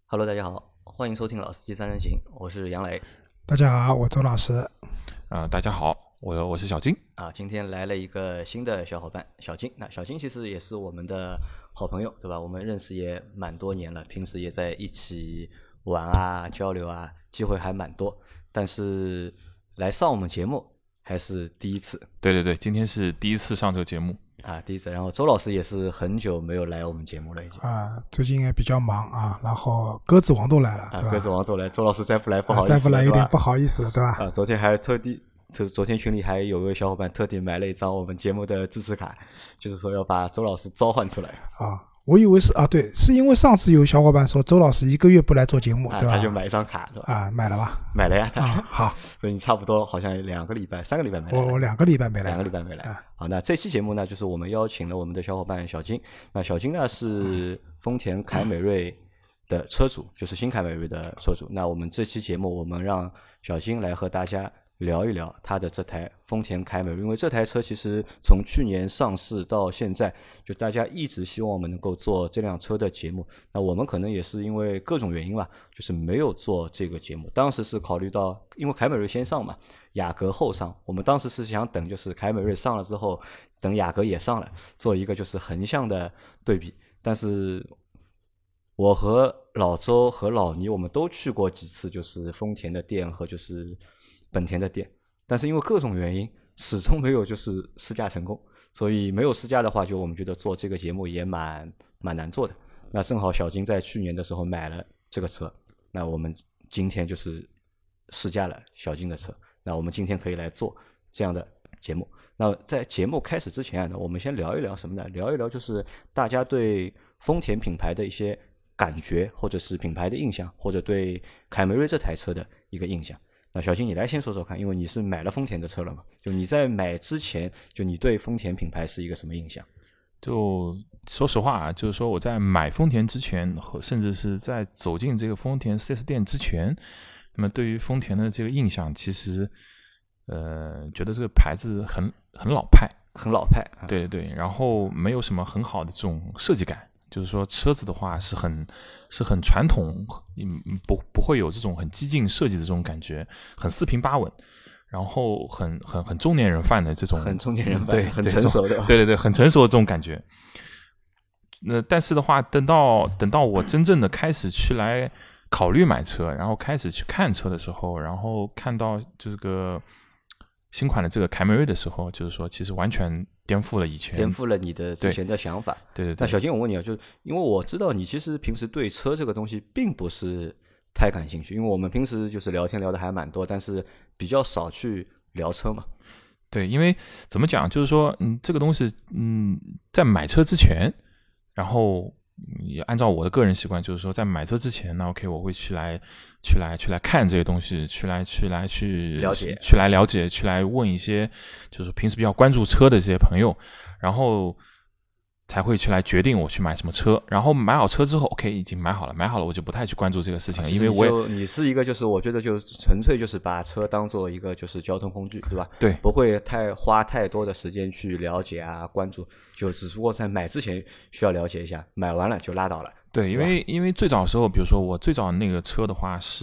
Hello，大家好，欢迎收听老司机三人行，我是杨磊。 大家好，我周老师。 大家好，我是小金啊。今天来了一个新的小伙伴小金。那小金其实也是我们的好朋友，对吧？我们认识也蛮多年了，平时也在一起玩啊、交流啊，机会还蛮多。但是来上我们节目还是第一次。 对，今天是第一次上这个节目啊，第一次。然后周老师也是很久没有来我们节目了，已经最近也比较忙啊。然后鸽子王都来了，对吧？ 鸽子王都来，周老师再不来不好意思， 再不来有点不好意思，对吧？ 昨天还昨天群里还有位小伙伴特地买了一张我们节目的支持卡，就是说要把周老师召唤出来啊。我以为是对，是因为上次有小伙伴说周老师1个月不来做节目，对吧？ 他就买一张卡，对吧？ 买了吧？ 买了呀， 好， 所以你差不多好像2个礼拜、3个礼拜没来。 我2个礼拜没来， 好，那这期节目呢，就是我们邀请了我们的小伙伴小金。那小金呢是丰田凯美瑞的车主，就是新凯美瑞的车主。那我们这期节目，我们让小金来和大家聊一聊他的这台丰田凯美瑞，因为这台车其实从去年上市到现在，就大家一直希望我们能够做这辆车的节目。那我们可能也是因为各种原因吧，就是没有做这个节目。当时是考虑到，因为凯美瑞先上嘛，雅阁后上，我们当时是想等，就是凯美瑞上了之后，等雅阁也上了，做一个就是横向的对比。但是我和老周和老倪我们都去过几次，就是丰田的店和就是本田的店，但是因为各种原因，始终没有就是试驾成功，所以没有试驾的话，就我们觉得做这个节目也蛮难做的。那正好小金在去年的时候买了这个车，那我们今天就是试驾了小金的车，那我们今天可以来做这样的节目。那在节目开始之前呢，我们先聊一聊什么呢？聊一聊就是大家对丰田品牌的一些感觉，或者是品牌的印象，或者对凯美瑞这台车的一个印象。那小金你来先说说看，因为你是买了丰田的车了嘛，就你在买之前，就你对丰田品牌是一个什么印象？ 就说实话啊，就是说我在买丰田之前，甚至是在走进这个丰田 4S 店之前，那么对于丰田的这个印象，其实觉得这个牌子很老派， 很老派。 对，然后没有什么很好的这种设计感。就是说车子的话是很传统，不会有这种很激进设计的这种感觉，很四平八稳，然后很中年人范的这种， 很中年人范， 对， 很成熟的， 对，很成熟的这种感觉。但是的话，等到我真正的开始去来考虑买车，然后开始去看车的时候，然后看到这个新款的这个凯美瑞的时候，就是说其实完全颠覆了你的之前的想法。 对。 那小金，我问你啊，就是因为我知道你其实平时对车这个东西并不是太感兴趣，因为我们平时就是聊天聊的还蛮多，但是比较少去聊车嘛。 对，因为怎么讲，就是说，这个东西，在买车之前，然后也按照我的个人习惯，就是说，在买车之前呢 ，OK， 我会去来看这些东西，去了解，去来问一些，就是平时比较关注车的这些朋友，然后才会去来决定我去买什么车。然后买好车之后 ，OK， 已经买好了，我就不太去关注这个事情了，因为你是一个就是我觉得就纯粹就是把车当做一个就是交通工具，对吧？ 对， 不会花太多的时间去了解啊关注，就只不过在买之前需要了解一下，买完了就拉倒了。 对，因为最早的时候，比如说我最早那个车的话是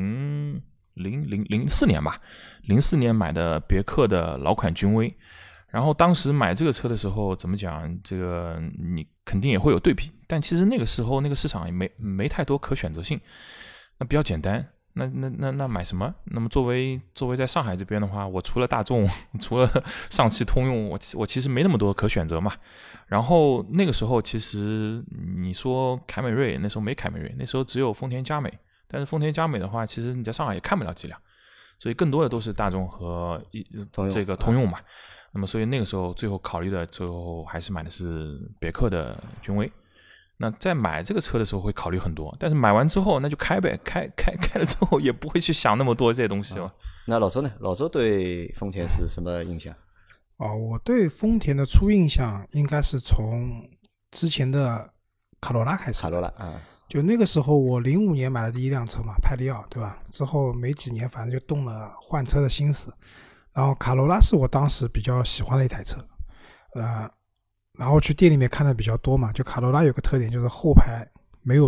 04年吧，04年买的别克的老款君威。然后当时买这个车的时候，怎么讲？这个你肯定也会有对比，但其实那个时候那个市场也没太多可选择性，那比较简单。那买什么？那么作为在上海这边的话，我除了大众，除了上汽通用，我其实没那么多可选择嘛。然后那个时候其实你说凯美瑞，那时候没凯美瑞，那时候只有丰田佳美。但是丰田佳美的话，其实你在上海也看不了几辆，所以更多的都是大众和这个通用嘛。那么所以那个时候最后考虑的，最后还是买的是别克的君威。那在买这个车的时候会考虑很多，但是买完之后那就开呗，开了之后也不会去想那么多这些东西了。 那老周呢？老周对丰田是什么印象？ 我对丰田的初印象应该是从之前的卡罗拉开始。 卡罗拉就那个时候我05年买的第一辆车嘛，派利奥，对吧？之后没几年反正就动了换车的心思，然后卡罗拉是我当时比较喜欢的一台车，然后去店里面看的比较多嘛，就卡罗拉有个特点就是后排没有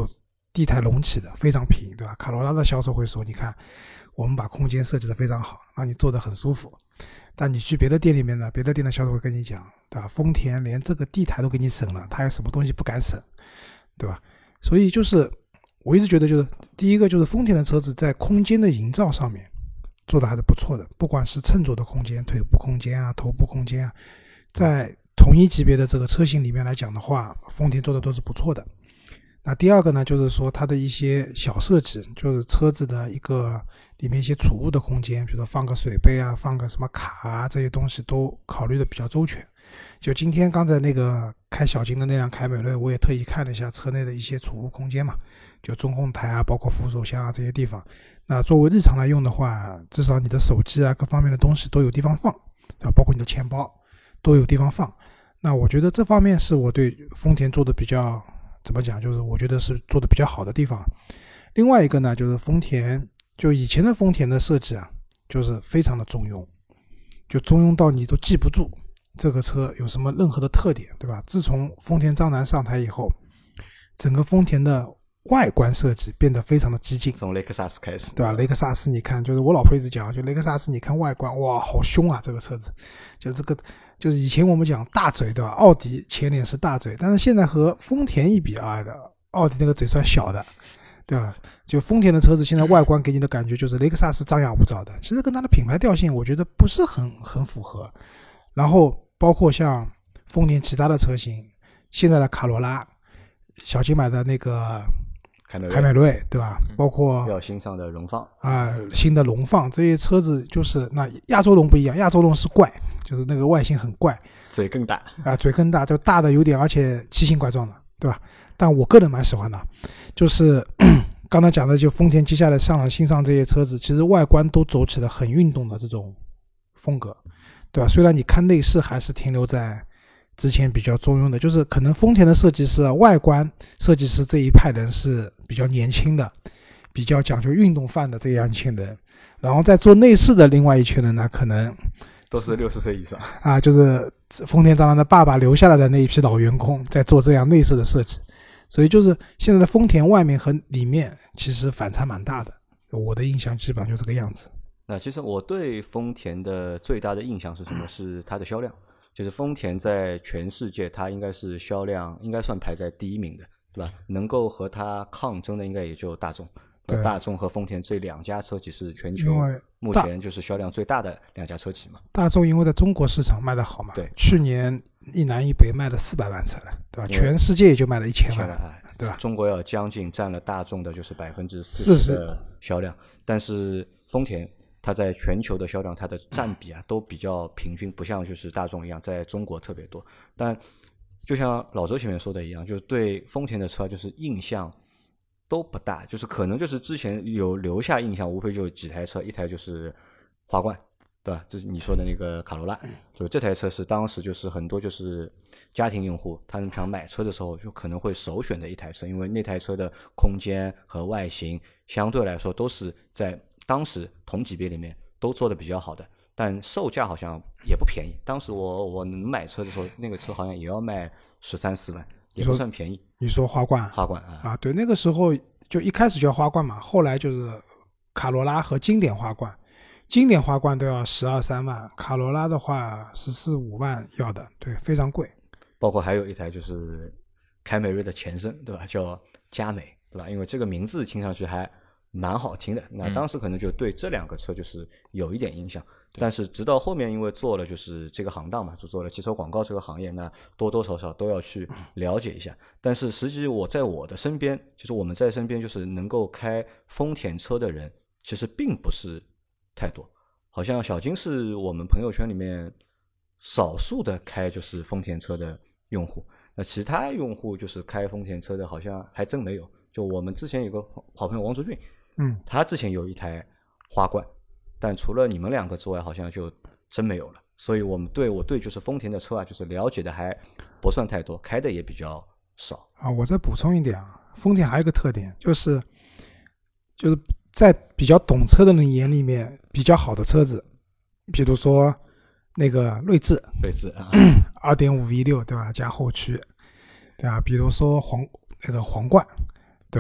地台隆起的，非常平，对吧？卡罗拉的销售会说，你看我们把空间设计的非常好，让你坐得很舒服。但你去别的店里面呢，别的店的销售会跟你讲，对吧？丰田连这个地台都给你省了，他有什么东西不敢省，对吧？所以就是我一直觉得，就是第一个就是丰田的车子在空间的营造上面做的还是不错的，不管是乘坐的空间、腿部空间啊、头部空间啊，在同一级别的这个车型里面来讲的话，丰田做的都是不错的。那第二个呢，就是说它的一些小设置，就是车子的一个里面一些储物的空间，比如说放个水杯啊，放个什么卡啊，这些东西都考虑的比较周全。就今天刚才那个开小金的那辆凯美瑞，我也特意看了一下车内的一些储物空间嘛，就中控台啊，包括扶手箱啊这些地方。那作为日常来用的话，至少你的手机啊各方面的东西都有地方放，啊，包括你的钱包都有地方放。那我觉得这方面是我对丰田做的比较怎么讲，就是我觉得是做的比较好的地方。另外一个呢，就是丰田，就以前的丰田的设计啊，就是非常的中庸，就中庸到你都记不住这个车有什么任何的特点，对吧？自从丰田章男上台以后，整个丰田的外观设计变得非常的激进， 从雷克萨斯开始， 对吧？雷克萨斯你看，就是我老婆一直讲，就雷克萨斯你看外观，哇，好凶啊！这个车子，就这个，就是以前我们讲大嘴，对吧？奥迪前脸是大嘴，但是现在和丰田一比啊，奥迪那个嘴算小的，对吧？就丰田的车子现在外观给你的感觉就是雷克萨斯张牙舞爪的，其实跟它的品牌调性我觉得不是很符合。然后包括像丰田其他的车型，现在的卡罗拉，小金买的那个凯美瑞，对吧？包括要新上的荣放啊，新的荣放这些车子，就是那亚洲龙不一样，亚洲龙是怪，就是那个外形很怪， 嘴更大啊，嘴更大，就大的有点，而且奇形怪状的，对吧？但我个人蛮喜欢的，就是刚才讲的，就丰田接下来新上这些车子，其实外观都走起了很运动的这种风格，对吧？虽然你看内饰还是停留在之前比较中庸的，就是可能丰田的设计师啊，外观设计师这一派人是比较年轻的，比较讲究运动范的这样一群人，然后在做内饰的另外一群人呢，可能都是60岁以上啊，就是丰田章男的爸爸留下来的那一批老员工在做这样内饰的设计，所以就是现在的丰田外面和里面其实反差蛮大的，我的印象基本上就这个样子。 那其实我对丰田的最大的印象是什么？是它的销量。就是丰田在全世界，它应该是销量应该算排在第1名的，对吧？能够和它抗争的应该也就大众。大众和丰田这2家车企是全球目前就是销量最大的2家车企嘛。 大众因为在中国市场卖得好嘛， 对， 去年一南一北卖了400万车了，对吧？全世界也就卖了1000万，对吧？ 中国要将近占了大众的就是40%的销量，但是丰田它在全球的销量，它的占比啊都比较平均，不像就是大众一样在中国特别多。但就像老周前面说的一样，就是对丰田的车就是印象都不大，就是可能就是之前有留下印象，无非就几台车，一台就是花冠，对吧？就是你说的那个卡罗拉，就这台车是当时就是很多就是家庭用户，他们想买车的时候就可能会首选的一台车，因为那台车的空间和外形相对来说都是在当时同级别里面都做的比较好的，但售价好像也不便宜。当时我能买车的时候，那个车好像也要卖13、14万，也不算便宜。 你说花冠？ 花冠啊，对，那个时候就一开始叫花冠嘛，后来就是卡罗拉和经典花冠，经典花冠都要12、13万，卡罗拉的话14、15万要的，对，非常贵。 包括还有一台就是凯美瑞的前身，对吧？叫佳美，对吧？因为这个名字听上去还蛮好听的，那当时可能就对这2个车就是有一点印象，但是直到后面因为做了就是这个行当嘛，就做了汽车广告这个行业，那多多少少都要去了解一下。但是实际我在我的身边，就是我们在身边就是能够开丰田车的人其实并不是太多，好像小金是我们朋友圈里面少数的开就是丰田车的用户，那其他用户就是开丰田车的好像还真没有。就我们之前有个好朋友王卓俊，他之前有一台花冠，但除了你们2个之外，好像就真没有了。所以我对就是丰田的车啊，就是了解的还不算太多，开的也比较少啊。我再补充一点啊，丰田还有一个特点，就是在比较懂车的人眼里面，比较好的车子，比如说那个锐志啊 ，2.5 V6 对吧？加后驱，对吧？比如说皇冠，对吧？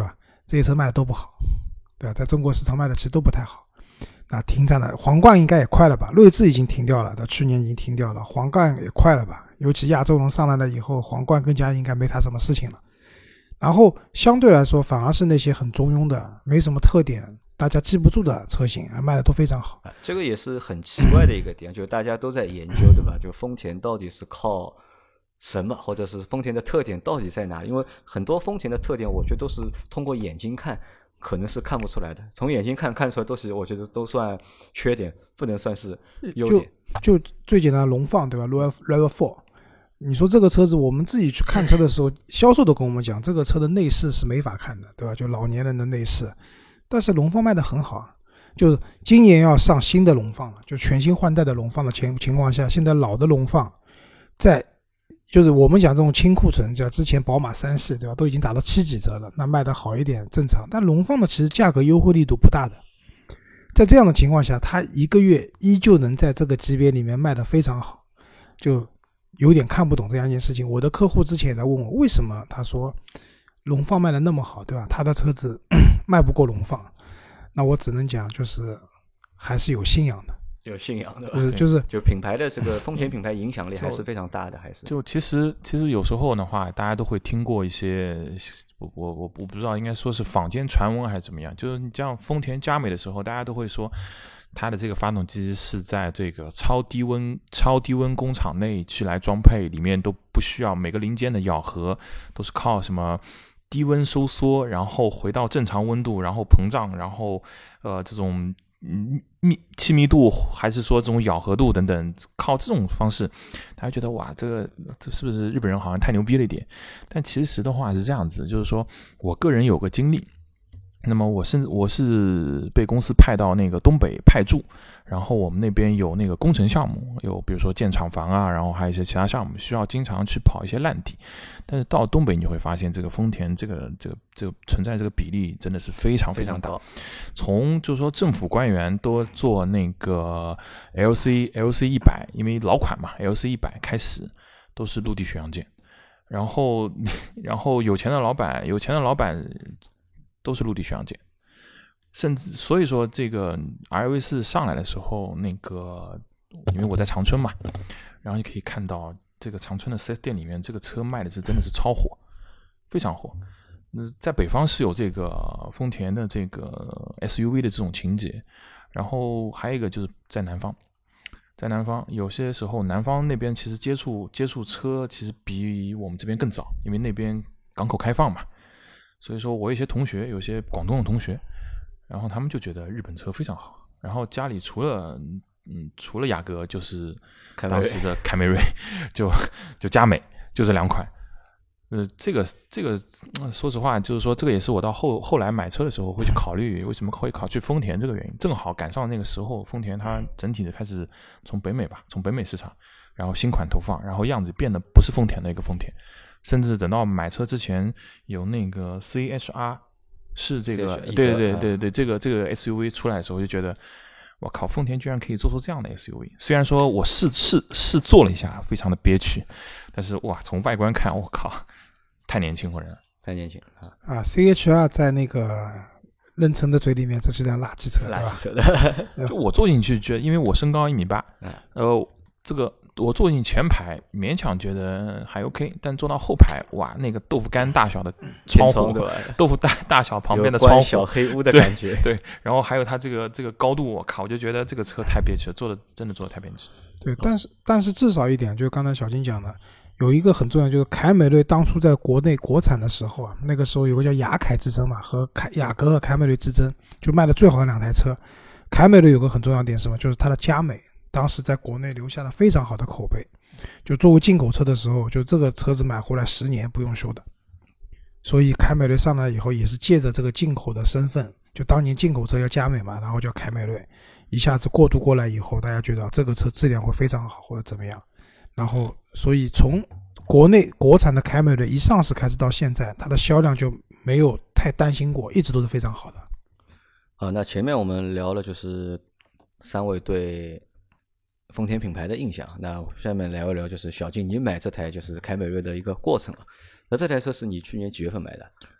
这些车卖的都不好，对吧？在中国市场卖的其实都不太好。那停产了，皇冠应该也快了吧？锐志已经停掉了，到去年已经停掉了，皇冠也快了吧？尤其亚洲龙上来了以后，皇冠更加应该没它什么事情了。然后相对来说，反而是那些很中庸的、没什么特点、大家记不住的车型，卖的都非常好。 这个也是很奇怪的一个点，就是大家都在研究，对吧？就丰田到底是靠什么，或者是丰田的特点到底在哪里？因为很多丰田的特点，我觉得都是通过眼睛看，可能是看不出来的。从眼睛看出来都是，我觉得都算缺点，不能算是优点。 就最简单的龙放，对吧 ？RAV4。你说这个车子，我们自己去看车的时候，销售都跟我们讲，这个车的内饰是没法看的，对吧？就老年人的内饰，但是龙放卖的很好，就今年要上新的龙放了，就全新换代的龙放的情况下，现在老的龙放在就是我们讲这种轻库存，叫之前宝马3系，对吧？都已经打到7几折了，那卖的好一点正常，但龙放的其实价格优惠力度不大的，在这样的情况下，它一个月依旧能在这个级别里面卖得非常好，就有点看不懂这样一件事情。我的客户之前也在问我，为什么他说龙放卖的那么好，对吧？他的车子卖不过龙放，那我只能讲就是还是有信仰的， 有信仰的， 就是就品牌的这个丰田品牌影响力还是非常大的，还是就其实有时候的话，大家都会听过一些我不知道应该说是坊间传闻还是怎么样，就是你像丰田佳美的时候，大家都会说它的这个发动机是在这个超低温工厂内去来装配，里面都不需要每个零件的咬合，都是靠什么低温收缩，然后回到正常温度，然后膨胀，然后这种气密度还是说这种咬合度等等，靠这种方式，大家觉得哇，这是不是日本人好像太牛逼了一点？但其实的话是这样子，就是说我个人有个经历。那么我是被公司派到那个东北派驻，然后我们那边有那个工程项目，有比如说建厂房啊，然后还有一些其他项目，需要经常去跑一些烂地。但是到东北你会发现，这个丰田这个存在这个比例真的是非常非常大。从就是说政府官员都做那个 LC 100，因为老款嘛 ，LC 100开始都是陆地巡洋舰，然后有钱的老板都是陆地巡洋舰，甚至所以说这个 RAV4 上来的时候，那个因为我在长春嘛，然后你可以看到这个长春的 4S 店里面，这个车卖的是真的是超火，非常火。在北方是有这个丰田的这个 SUV 的这种情节，然后还有一个就是在南方有些时候南方那边其实接触车其实比我们这边更早，因为那边港口开放嘛。所以说我有些同学，有些广东的同学，然后他们就觉得日本车非常好，然后家里除了雅阁就是当时的凯美瑞，就佳美，就这2款。这个说实话，就是说这个也是我到后来买车的时候会去考虑，为什么会考虑丰田这个原因。正好赶上那个时候，丰田它整体的开始从北美市场，然后新款投放，然后样子变得不是丰田的一个丰田。甚至等到买车之前有那个 CHR 是这个对这个 SUV 出来的时候，就觉得我靠，丰田居然可以做出这样的 SUV。虽然说我试坐了一下，非常的憋屈，但是哇，从外观看，我靠，太年轻人了， 太年轻啊 CHR 在那个任成的嘴里面，这是辆垃圾车， 垃圾车的。 就我坐进去觉得，因为我身高1.8米，这个。我坐进前排勉强觉得还 OK， 但坐到后排，哇，那个豆腐干大小的窗户，豆腐大小旁边的窗户， 小黑屋的感觉。 对，然后还有它这个高度，我靠，我就觉得这个车太憋屈了，真的做的太憋屈。 对，但是至少一点，就是刚才小金讲的，有一个很重要，就是凯美瑞当初在国内国产的时候啊，那个时候有个叫雅凯之争嘛，和雅阁和凯美瑞之争，就卖的最好的2台车。凯美瑞有个很重要的点是什么？就是它的佳美。当时在国内留下了非常好的口碑，就作为进口车的时候，就这个车子买回来10年不用修的。所以凯美瑞上来以后也是借着这个进口的身份，就当年进口车叫佳美嘛，然后叫凯美瑞，一下子过渡过来以后，大家觉得这个车质量会非常好或者怎么样，然后所以从国内国产的凯美瑞一上市开始到现在，它的销量就没有太担心过，一直都是非常好的。 那前面我们聊了就是3位对丰田品牌的印象，那下面聊一聊就是小金你买这台就是凯美瑞的一个过程了。那这台车是你去年几月份买的？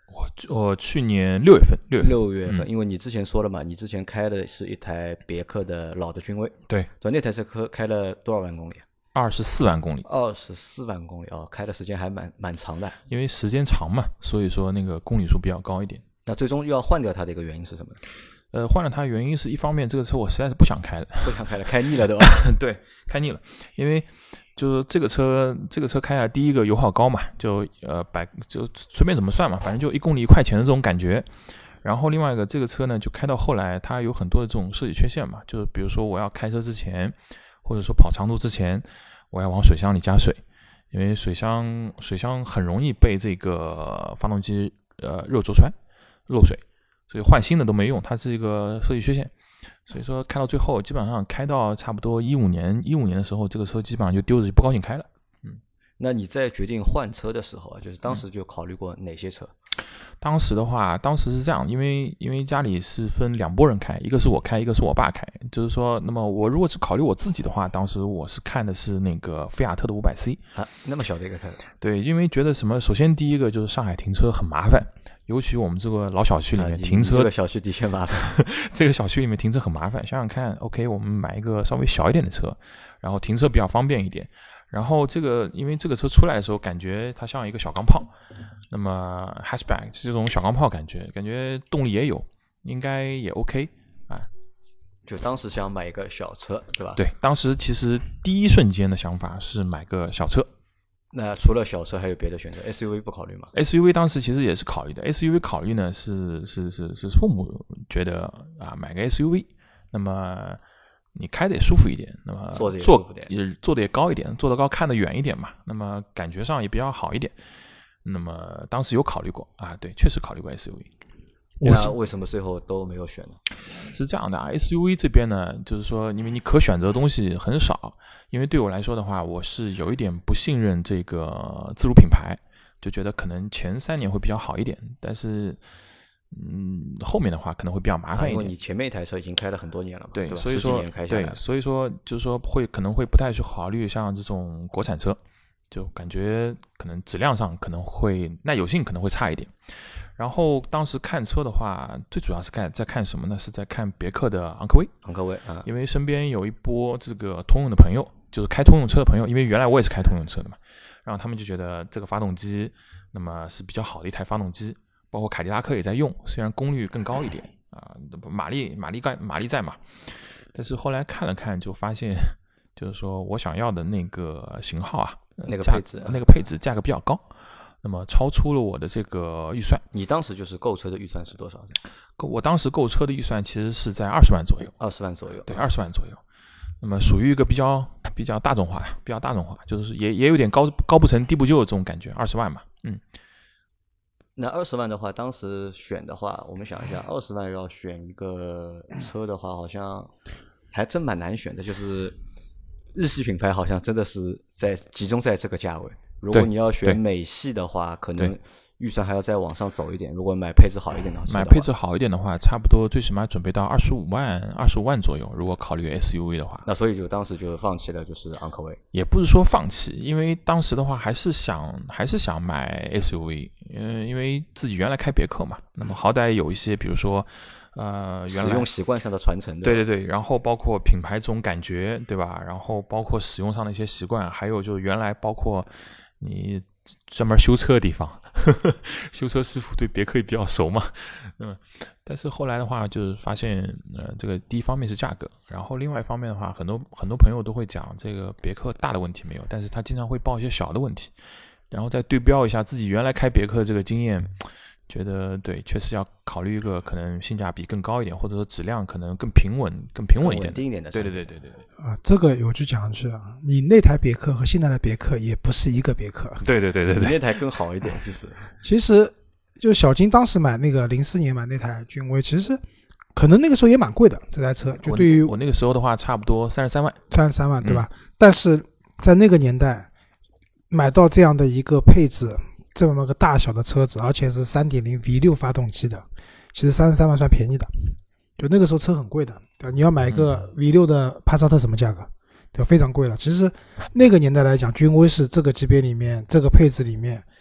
我去年6月份， 因为你之前说了嘛，你之前开的是一台别克的老的君威， 对， 那台车开了多少万公里 ？24万公里。 24万公里哦，开的时间还蛮长的。 因为时间长嘛，所以说那个公里数比较高一点。 那最终要换掉它的一个原因是什么呢？ 换了它原因是一方面，这个车我实在是不想开了， 开腻了对吧？ 对，开腻了，因为就是这个车开下来，第一个油耗高嘛，就随便怎么算嘛，反正就1公里1块钱的这种感觉。然后另外一个，这个车呢，就开到后来，它有很多的这种设计缺陷嘛，就是比如说我要开车之前，或者说跑长途之前，我要往水箱里加水，因为水箱很容易被这个发动机热灼穿漏水。所以换新的都没用，它是一个设计缺陷。所以说开到最后，基本上开到差不多15年的时候，这个车基本上就丢着就不高兴开了。 那你在决定换车的时候啊，就是当时就考虑过哪些车？ 当时是这样，因为家里是分2拨人开，一个是我开，一个是我爸开。就是说，那么我如果只考虑我自己的话，当时我是看的是那个菲亚特的 500C 啊，那么小的一个车。 对，因为觉得首先第一个就是上海停车很麻烦。尤其我们这个老小区里面停车， 这个小区的确麻烦。 这个小区里面停车很麻烦，想想看 ，OK， 我们买一个稍微小一点的车，然后停车比较方便一点。然后因为这个车出来的时候，感觉它像一个小钢炮，那么 hatchback 是这种小钢炮感觉动力也有，应该也 OK 啊。 就当时想买一个小车，对吧？ 对，当时其实第一瞬间的想法是买个小车。 那除了小车还有别的选择 ？SUV 不考虑吗 ？SUV 当时其实也是考虑的。SUV 考虑呢是父母觉得啊，买个 SUV， 那么你开的也舒服一点，那么坐的也高一点，坐得高看得远一点嘛，那么感觉上也比较好一点。那么当时有考虑过啊，对，确实考虑过 SUV。 那为什么最后都没有选呢？ 是这样的啊 ，SUV 这边呢，就是说，因为你可选择的东西很少，因为对我来说的话，我是有一点不信任这个自主品牌，就觉得可能前3年会比较好一点，但是，后面的话可能会比较麻烦一点。 因为你前面一台车已经开了很多年了嘛， 对， 吧所以说，对，所以说就是说可能会不太去考虑像这种国产车，就感觉可能质量上可能会耐久性可能会差一点。然后当时看车的话，最主要是在看什么呢？是在看别克的昂科威啊，因为身边有一波这个通用的朋友，就是开通用车的朋友，因为原来我也是开通用车的嘛，然后他们就觉得这个发动机那么是比较好的一台发动机，包括凯迪拉克也在用，虽然功率更高一点啊，马力在嘛，但是后来看了看就发现，就是说我想要的那个型号啊， 那个配置价格比较高。那么超出了我的这个预算。 你当时就是购车的预算是多少？ 我当时购车的预算其实是在20万左右。 20万左右， 对，20万左右。那么属于一个比较大众化，就是也有点高不成低不就的这种感觉。20万嘛， 那20万的话，当时选的话，我们想一下，20万要选一个车的话，好像还真蛮难选的。就是日系品牌好像真的是集中在这个价位。如果你要选美系的话，可能预算还要再往上走一点。如果买配置好一点的话， 买配置好一点的话，差不多最起码准备到25万左右。如果考虑 SUV 的话， 那所以就当时就放弃了，就是昂科威。 也不是说放弃，因为当时的话还是想买 SUV，因为自己原来开别克嘛，那么好歹有一些，比如说原来使用习惯上的传承， 对，然后包括品牌这种感觉，对吧？然后包括使用上的一些习惯，还有就是原来包括你专门修车的地方，修车师傅对别克也比较熟嘛，但是后来的话就是发现，这个第一方面是价格，然后另外一方面的话，很多朋友都会讲这个别克大的问题没有，但是他经常会报一些小的问题，然后再对标一下自己原来开别克这个经验。觉得对，确实要考虑一个可能性价比更高一点，或者说质量可能更平稳一点， 稳定一点的。 对。 啊，这个有句讲句啊，你那台别克和现在的别克也不是一个别克。 对， 你那台更好一点， 其实就小金当时买那个04年买那台君威，其实可能那个时候也蛮贵的，这台车就对于我那个时候的话，差不多33万， 对吧？但是在那个年代买到这样的一个配置。这么个大小的车子，而且是 3.0 V6 发动机的，其实33万算便宜的。就那个时候车很贵的，对吧？你要买一个 V6 的帕萨特什么价格？对，非常贵了。其实那个年代来讲，君威是这个级别里面这个配置里面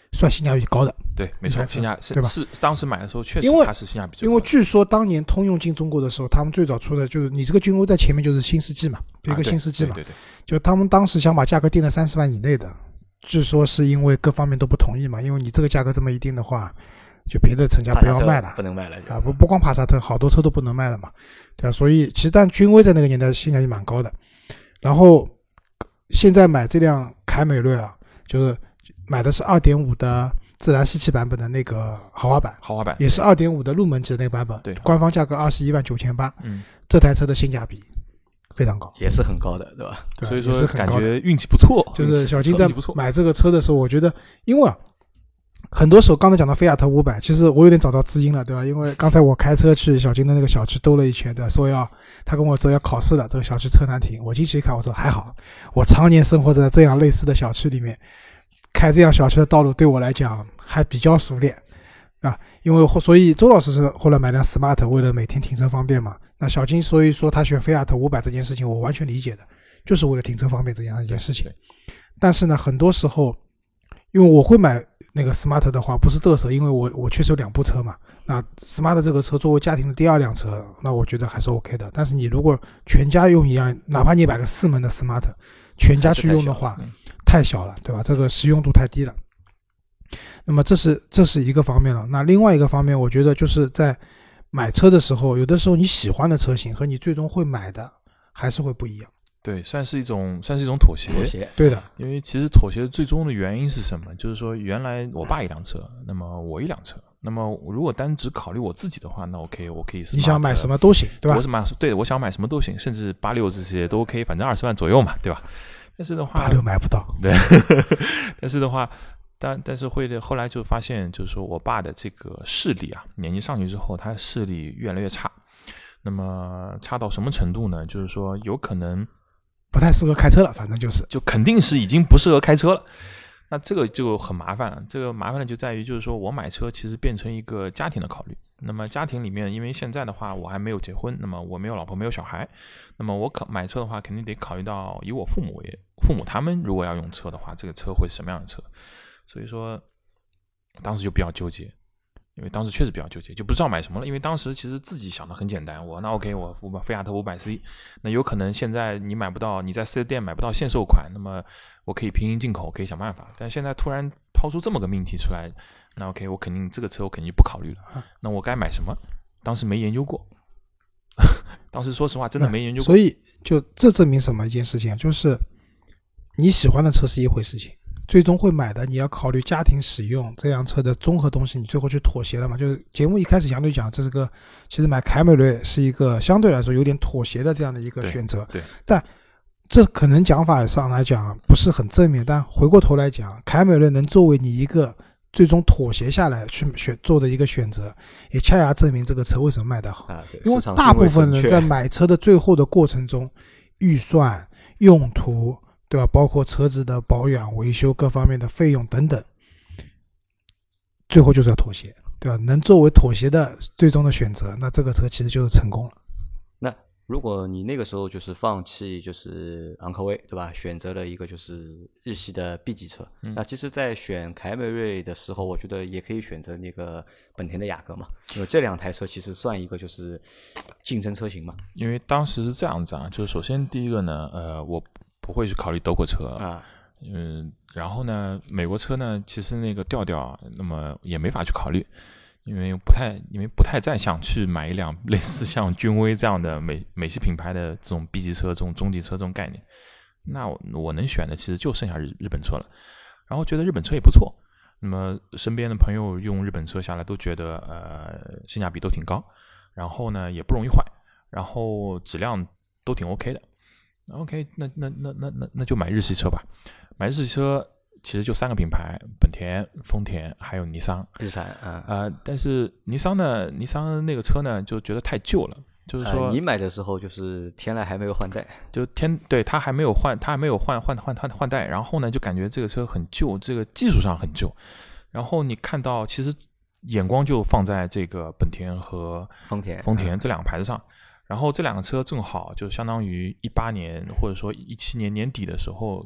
算性价比高的。 对，没错，性价对吧？ 是当时买的时候确实它是性价比最高的。 因为据说当年通用进中国的时候，他们最早出的就是你这个君威在前面就是新世纪嘛，有一个新世纪嘛， 对， 就他们当时想把价格定在30万以内的，据说是因为各方面都不同意嘛，因为你这个价格这么一定的话，就别的厂家不要卖了， 不能卖了啊，不光帕萨特，好多车都不能卖了嘛，对吧？所以其实但君威在那个年代性价比蛮高的，然后现在买这辆凯美瑞啊，就是买的是 2.5 的自然吸气版本的那个豪华版，也是 2.5 的入门级的那个版本， 对， 官方价格21.980万，这台车的性价比非常高， 也是很高的，对吧？ 所以说感觉运气不错。 就是小金在买这个车的时候，我觉得，因为很多时候刚才讲到菲亚特500，其实我有点找到知音了，对吧？因为刚才我开车去小金的那个小区兜了一圈的，说他跟我说要考试了，这个小区车难停。我进去一看，我说还好，我常年生活在这样类似的小区里面，开这样小区的道路对我来讲还比较熟练啊。因为所以周老师是后来买辆 Smart， 为了每天停车方便嘛。那小金所以说他选菲亚特500这件事情，我完全理解的，就是为了停车方便这样一件事情。但是呢，很多时候，因为我会买那个 Smart 的话，不是嘚瑟，因为我确实有2部车嘛。那 Smart 这个车作为家庭的第2辆车，那我觉得还是 OK 的。但是你如果全家用一样，哪怕你买个4门的 Smart， 全家去用的话，太小了，对吧？这个实用度太低了。那么这是一个方面了。那另外一个方面，我觉得就是在买车的时候，有的时候你喜欢的车型和你最终会买的还是会不一样。 对，算是一种妥协。 对的， 因为其实妥协最终的原因是什么？就是说，原来我爸一辆车，那么我一辆车，那么如果单只考虑我自己的话，那 OK， 我可以 Smart， 你想买什么都行，对吧？ 我想买什么都行，甚至86这些都 OK， 反正20万左右嘛，对吧？但是的话 ，86买不到。 对，但是的话，但是后来就发现，就是说我爸的这个视力啊，年纪上去之后，他视力越来越差。那么差到什么程度呢？就是说有可能不太适合开车了，反正就肯定是已经不适合开车了。那这个就很麻烦了。这个麻烦的就在于，就是说我买车其实变成一个家庭的考虑。那么家庭里面，因为现在的话我还没有结婚，那么我没有老婆，没有小孩，那么我买车的话，肯定得考虑到以我父母他们如果要用车的话，这个车会是什么样的车？所以说，当时就比较纠结。因为当时确实比较纠结，就不知道买什么了。因为当时其实自己想的很简单，那 OK， 我菲亚特 500C， 那有可能现在你买不到，你在4S店买不到限售款，那么我可以平行进口，可以想办法。但现在突然抛出这么个命题出来，那 OK， 我肯定这个车我肯定不考虑了。那我该买什么？当时没研究过，当时说实话真的没研究过。 所以就这证明什么一件事情，就是你喜欢的车是一回事情。最终会买的，你要考虑家庭使用这辆车的综合东西，你最后去妥协了嘛？就是节目一开始杨队讲，这是个其实买凯美瑞是一个相对来说有点妥协的这样的一个选择。 对。 但这可能讲法上来讲不是很正面，但回过头来讲，凯美瑞能作为你一个最终妥协下来去做的一个选择，也恰恰证明这个车为什么卖得好。因为大部分人在买车的最后的过程中，预算、用途。对吧？包括车子的保养、维修各方面的费用等等，最后就是要妥协，对吧？能作为妥协的最终的选择，那这个车其实就是成功了。 那如果你那个时候就是放弃就是昂科威，对吧？选择了一个就是日系的 B 级车，那其实在选凯美瑞的时候，我觉得也可以选择那个本田的雅阁嘛，因为这2台车其实算一个就是竞争车型嘛。 因为当时是这样子啊，就是首先第一个呢，我不会去考虑德国车啊，然后呢，美国车呢，其实那个调调，那么也没法去考虑，因为不太再想去买一辆类似像君威这样的美系品牌的这种 B 级车、这种中级车这种概念。那我能选的其实就剩下日本车了，然后觉得日本车也不错。那么身边的朋友用日本车下来都觉得性价比都挺高，然后呢也不容易坏，然后质量都挺 OK 的。OK， 那就买日系车吧。买日系车其实就3个品牌：本田、丰田还有尼桑。 日产但是尼桑那个车呢，就觉得太旧了。就是说， 你买的时候就是天籁还没有换代， 对，他还没有换代，然后呢就感觉这个车很旧，这个技术上很旧。然后你看到其实眼光就放在这个本田和丰田这2个牌子上。然后这2个车正好就相当于18年或者说17年年底的时候，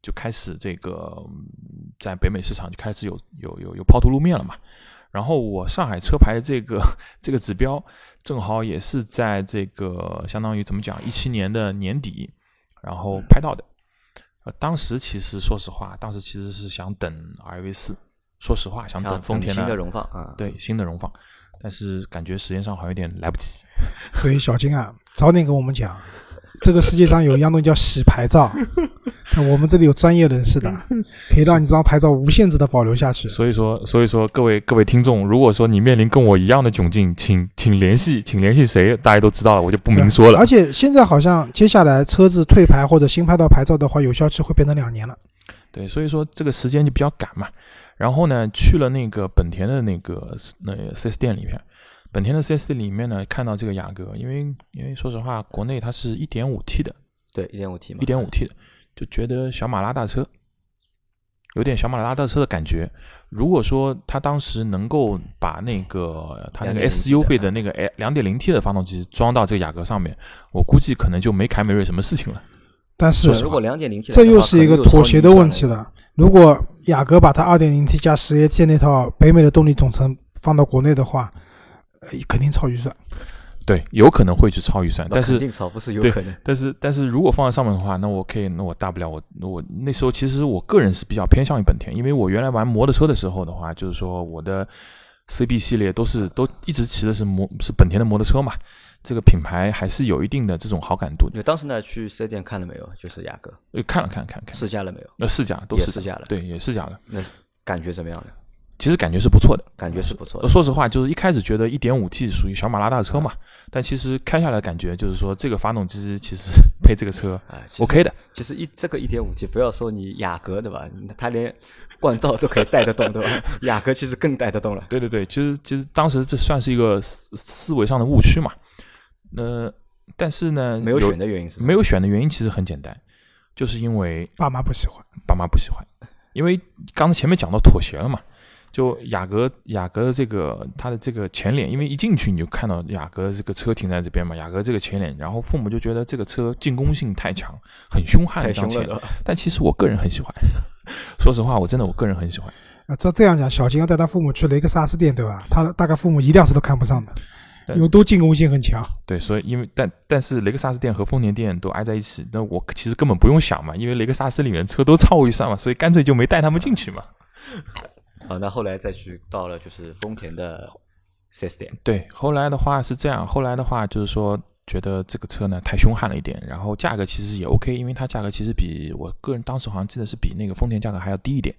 就开始这个在北美市场就开始有抛头露面了嘛。然后我上海车牌的这个指标正好也是在这个相当于怎么讲17年的年底，然后拍到的。当时其实说实话，当时其实是想等 RAV4， 说实话想等丰田新的荣放啊， 对，新的荣放，但是感觉时间上好像有点来不及。 所以小金啊，早点跟我们讲，这个世界上有一样东西叫洗牌照，我们这里有专业人士的，可以让你这张牌照无限制的保留下去。 所以说各位听众，如果说你面临跟我一样的窘境，请联系谁，大家都知道了，我就不明说了。 而且现在好像接下来车子退牌或者新拍到牌照的话，有效期会变成2年了。 对，所以说这个时间就比较赶嘛。然后呢，去了那个本田的那个4S 店里面。本田的 4S 店里面呢，看到这个雅阁，因为说实话，国内它是 1.5T 的， 对 1.5T 嘛 1.5T 的，就觉得小马拉大车，有点小马拉大车的感觉。如果说他当时能够把那个他那个 SUV 的那个 2.0T 的发动机装到这个雅阁上面，我估计可能就没凯美瑞什么事情了。 但是如果 2.0T 这又是一个妥协的问题了。如果雅阁把它 2.0T 加10AT 那套北美的动力总成放到国内的话，肯定超预算。 对，有可能会去超预算，但是肯定超，不是有可能。 但是如果放在上面的话，那我大不了我那时候其实我个人是比较偏向于本田，因为我原来玩摩托车的时候的话，就是说我的 CB 系列都一直骑的是本田的摩托车嘛，这个品牌还是有一定的这种好感度。 你当时呢去4S店看了没有？就是雅阁， 看了， 试驾了没有？ 试驾都试驾了， 对，也试驾了。 那感觉怎么样呢？ 其实感觉是不错的，说实话，就是一开始觉得 1.5T 属于小马拉大车嘛，但其实开下来感觉就是说，这个发动机其实配这个车 OK 的。 其实这个 1.5T 不要说你雅阁对吧，它连冠道都可以带得动对吧？雅阁其实更带得动了。 对，其实当时这算是一个思维上的误区嘛。但是呢， 没有选的原因是什么？ 没有选的原因其实很简单，就是因为爸妈不喜欢， 因为刚才前面讲到妥协了嘛。就雅阁的这个它的这个前脸，因为一进去你就看到雅阁这个车停在这边嘛，雅阁这个前脸，然后父母就觉得这个车进攻性太强，很凶悍的一张前脸，但其实我个人很喜欢，说实话，我个人很喜欢。 这样讲，小金要带他父母去雷克萨斯店，对吧？他大概父母一辆车都看不上的，因为都进攻性很强。 对，所以但是雷克萨斯店和丰田店都挨在一起，那我其实根本不用想嘛，因为雷克萨斯里面车都超预算嘛，所以干脆就没带他们进去嘛。 好，那后来再去到了就是丰田的 4S 店。 对，后来的话是这样，后来的话就是说觉得这个车呢太凶悍了一点，然后价格其实也 OK， 因为它价格其实比我个人当时好像记得是比那个丰田价格还要低一点。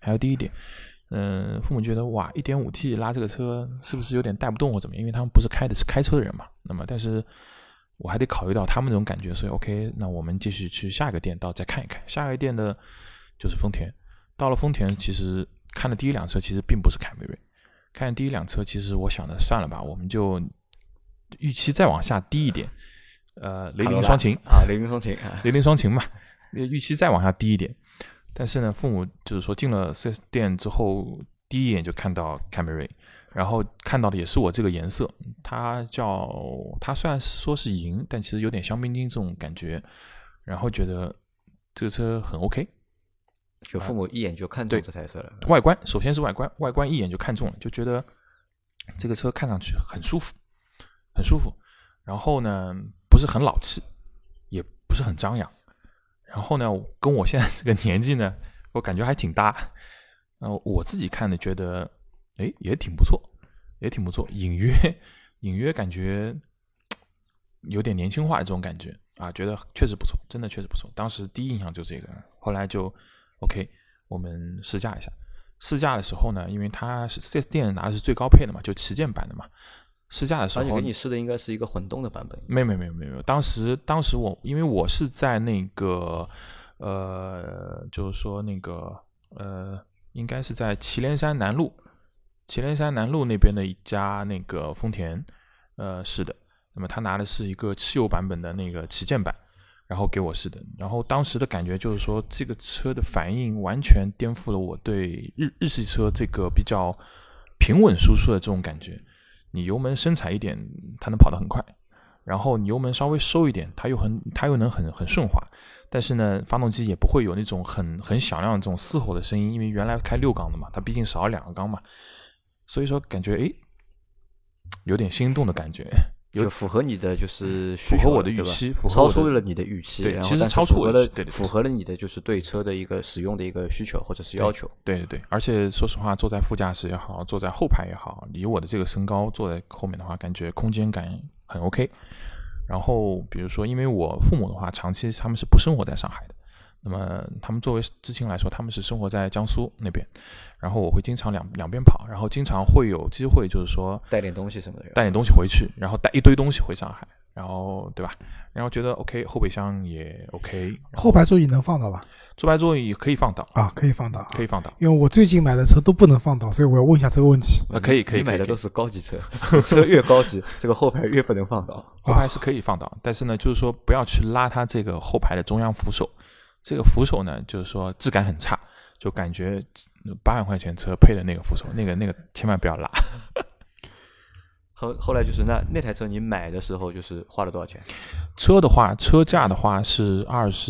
父母觉得哇 1.5T 拉这个车是不是有点带不动或怎么样，因为他们不是开车的人嘛，那么但是我还得考虑到他们那种感觉，所以 OK， 那我们继续去下一个店再看一看，下一个店的就是丰田。到了丰田其实看的第一辆车其实并不是凯美瑞，看第一辆车其实我想的算了吧，我们就预期再往下低一点，雷凌双擎啊，雷凌双擎嘛，预期再往下低一点。但是呢，父母就是说进了 4S 店之后，第一眼就看到凯美瑞，然后看到的也是我这个颜色，它虽然说是银，但其实有点香槟金这种感觉，然后觉得这个车很 OK。 就父母一眼就看中这台车了。 外观，首先是外观一眼就看中了，就觉得这个车看上去很舒服。然后呢，不是很老气，也不是很张扬。然后呢，跟我现在这个年纪呢，我感觉还挺搭。我自己看的觉得，也挺不错，隐约感觉有点年轻化的这种感觉啊，觉得确实不错，真的确实不错。当时第一印象就这个，后来就 OK， 我们试驾一下。试驾的时候呢，因为它是 4S 店拿的是最高配的嘛，就旗舰版的嘛。试驾的时候， 而且给你试的应该是一个混动的版本。 没有。当时因为我是在那个就是说那个应该是在祁连山南路那边的一家那个丰田试的。那么他拿的是一个汽油版本的那个旗舰版，然后给我试的。然后当时的感觉就是说，这个车的反应完全颠覆了我对日系车这个比较平稳输出的这种感觉。你油门深踩一点，它能跑得很快， 然后你油门稍微收一点，它又能很顺滑，但是呢，发动机也不会有那种很响亮的这种嘶吼的声音，因为原来开6缸的嘛，它毕竟少了2个缸嘛，所以说感觉有点心动的感觉。 就符合你的就是需求， 符合我的预期， 超出了你的预期， 对， 然后其实超出了，对， 符合了你的就是对车的一个使用的一个需求或者是要求。 对，而且说实话，坐在副驾驶也好，坐在后排也好，以我的这个身高坐在后面的话，感觉空间感很 OK。然后比如说，因为我父母的话，长期他们是不生活在上海的。那么他们作为知青来说，他们是生活在江苏那边，然后我会经常两边跑，然后经常会有机会，就是说带点东西什么的， 带点东西回去，然后带一堆东西回上海，然后对吧？然后觉得 OK， 后备箱也 OK， 后排座椅能放倒吧？ 后排座椅可以放倒啊，可以放倒， 可以放倒。 因为我最近买的车都不能放倒，所以我要问一下这个问题。 可以， 你买的都是高级车，车越高级，这个后排越不能放倒。 后排是可以放倒，但是呢，就是说不要去拉它这个后排的中央扶手。这个扶手呢，就是说质感很差，就感觉8万块钱车配的那个扶手，那个千万不要拉。 后来就是那台车你买的时候就是花了多少钱？ 车的话，车价的话是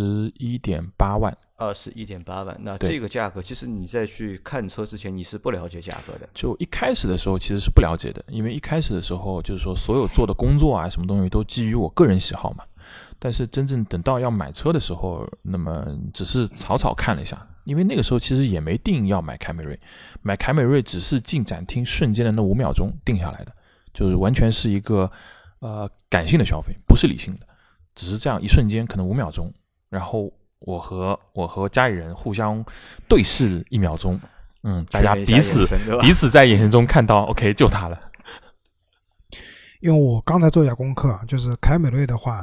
21.8万。 21.8万，那这个价格其实你在去看车之前你是不了解价格的。 就一开始的时候其实是不了解的，因为一开始的时候就是说所有做的工作啊什么东西都基于我个人喜好嘛。但是真正等到要买车的时候，那么只是草看了一下，因为那个时候其实也没定要买凯美瑞，买凯美瑞只是进展厅瞬间的那5秒钟定下来的，就是完全是一个感性的消费，不是理性的，只是这样一瞬间可能5秒钟，然后我和家里人互相对视1秒钟，大家彼此在眼神中看到 OK 就它了。 因为我刚才做一下功课，就是凯美瑞的话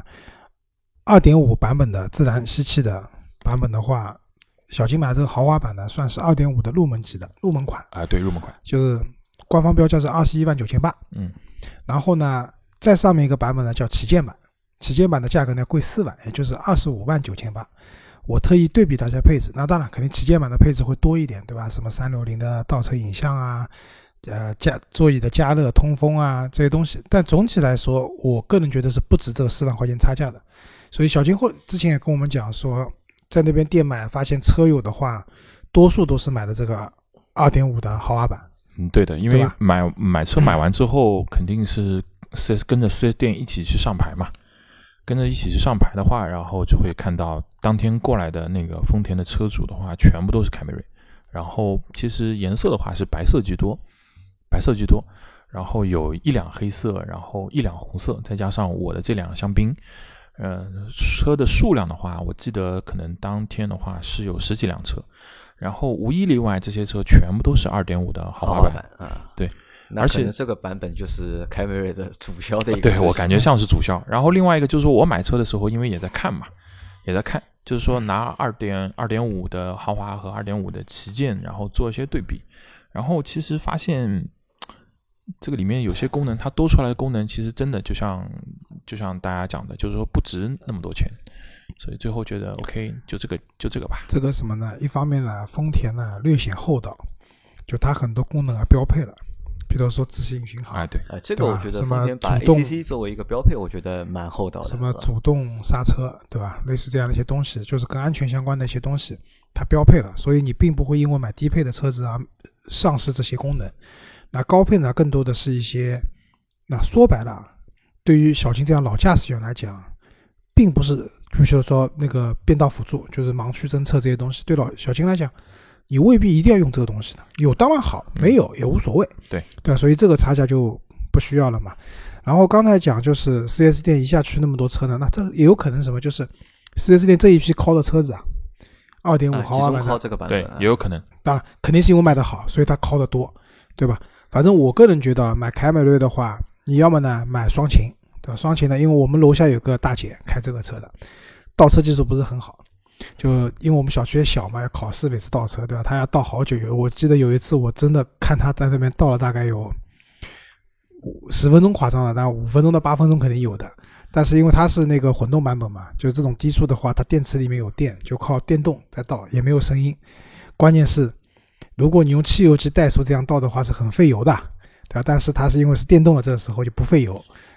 2.5 版本的自然吸气的版本的话，小金买这个豪华版呢，算是 2.5 的入门级的入门款啊，对，入门款， 就是官方标价是21.98万。然后呢，再上面一个版本呢叫旗舰版，旗舰版的价格呢贵4万，也就是25.98万。我特意对比大家配置，那当然肯定旗舰版的配置会多一点，对吧？什么360的倒车影像啊，座椅的加热、通风啊这些东西，但总体来说，我个人觉得是不值这个4万块钱差价的。所以小金之前也跟我们讲说，在那边店买发现车友的话，多数都是买的这个2.5的豪华版。 对的，因为买车买完之后，肯定是跟着 4S 店一起去上牌嘛。跟着一起去上牌的话，然后就会看到当天过来的那个丰田的车主的话，全部都是凯美瑞。然后其实颜色的话是白色居多，然后有1辆黑色，然后1辆红色，再加上我的这2辆香槟。车的数量的话，我记得可能当天的话是有10几辆车，然后无一例外，这些车全部都是2.5的豪华版啊。 对， 而且这个版本就是凯美瑞的主销的一个。 对，我感觉像是主销。然后另外一个就是说我买车的时候，因为也在看，就是说拿2.5的豪华和2.5的旗舰，然后做一些对比，然后其实发现这个里面有些功能，它多出来的功能，其实真的就像大家讲的，就是说不值那么多钱，所以最后觉得 OK， 就这个吧。 这个什么呢？一方面呢，丰田呢略显厚道，就它很多功能标配了，比如说自适应巡航。 对， 这个我觉得丰田把 ACC 作为一个标配，我觉得蛮厚道的。 什么主动刹车，对吧？类似这样的一些东西，就是跟安全相关的一些东西，它标配了，所以你并不会因为买低配的车子而丧失这些功能。那高配呢，更多的是一些，那说白了，对于小金这样老驾驶员来讲，并不是就是说那个变道辅助，就是盲区侦测这些东西，对小金来讲，你未必一定要用这个东西的，有当然好，没有也无所谓， 对吧？所以这个差价就不需要了嘛。然后刚才讲就是 4S 店一下去那么多车呢，那这也有可能什么，就是 4S 店这一批call的车子啊，2.5豪华版的， 这个版本对，也有可能。 当然肯定是因为卖的好，所以它call的多，对吧？反正我个人觉得买凯美瑞的话，你要么呢买双擎，对吧？双擎呢，因为我们楼下有个大姐开这个车的，倒车技术不是很好，就因为我们小区也小嘛，要考试每次倒车，对吧？她要倒好久，我记得有一次我真的看她在那边倒了大概有10分钟夸张了，但5分钟到8分钟肯定有的。但是因为它是那个混动版本嘛，就这种低速的话，它电池里面有电，就靠电动在倒，也没有声音。关键是如果你用汽油机怠速这样倒的话是很费油的，对吧？但是它是因为是电动的，这个时候就不费油，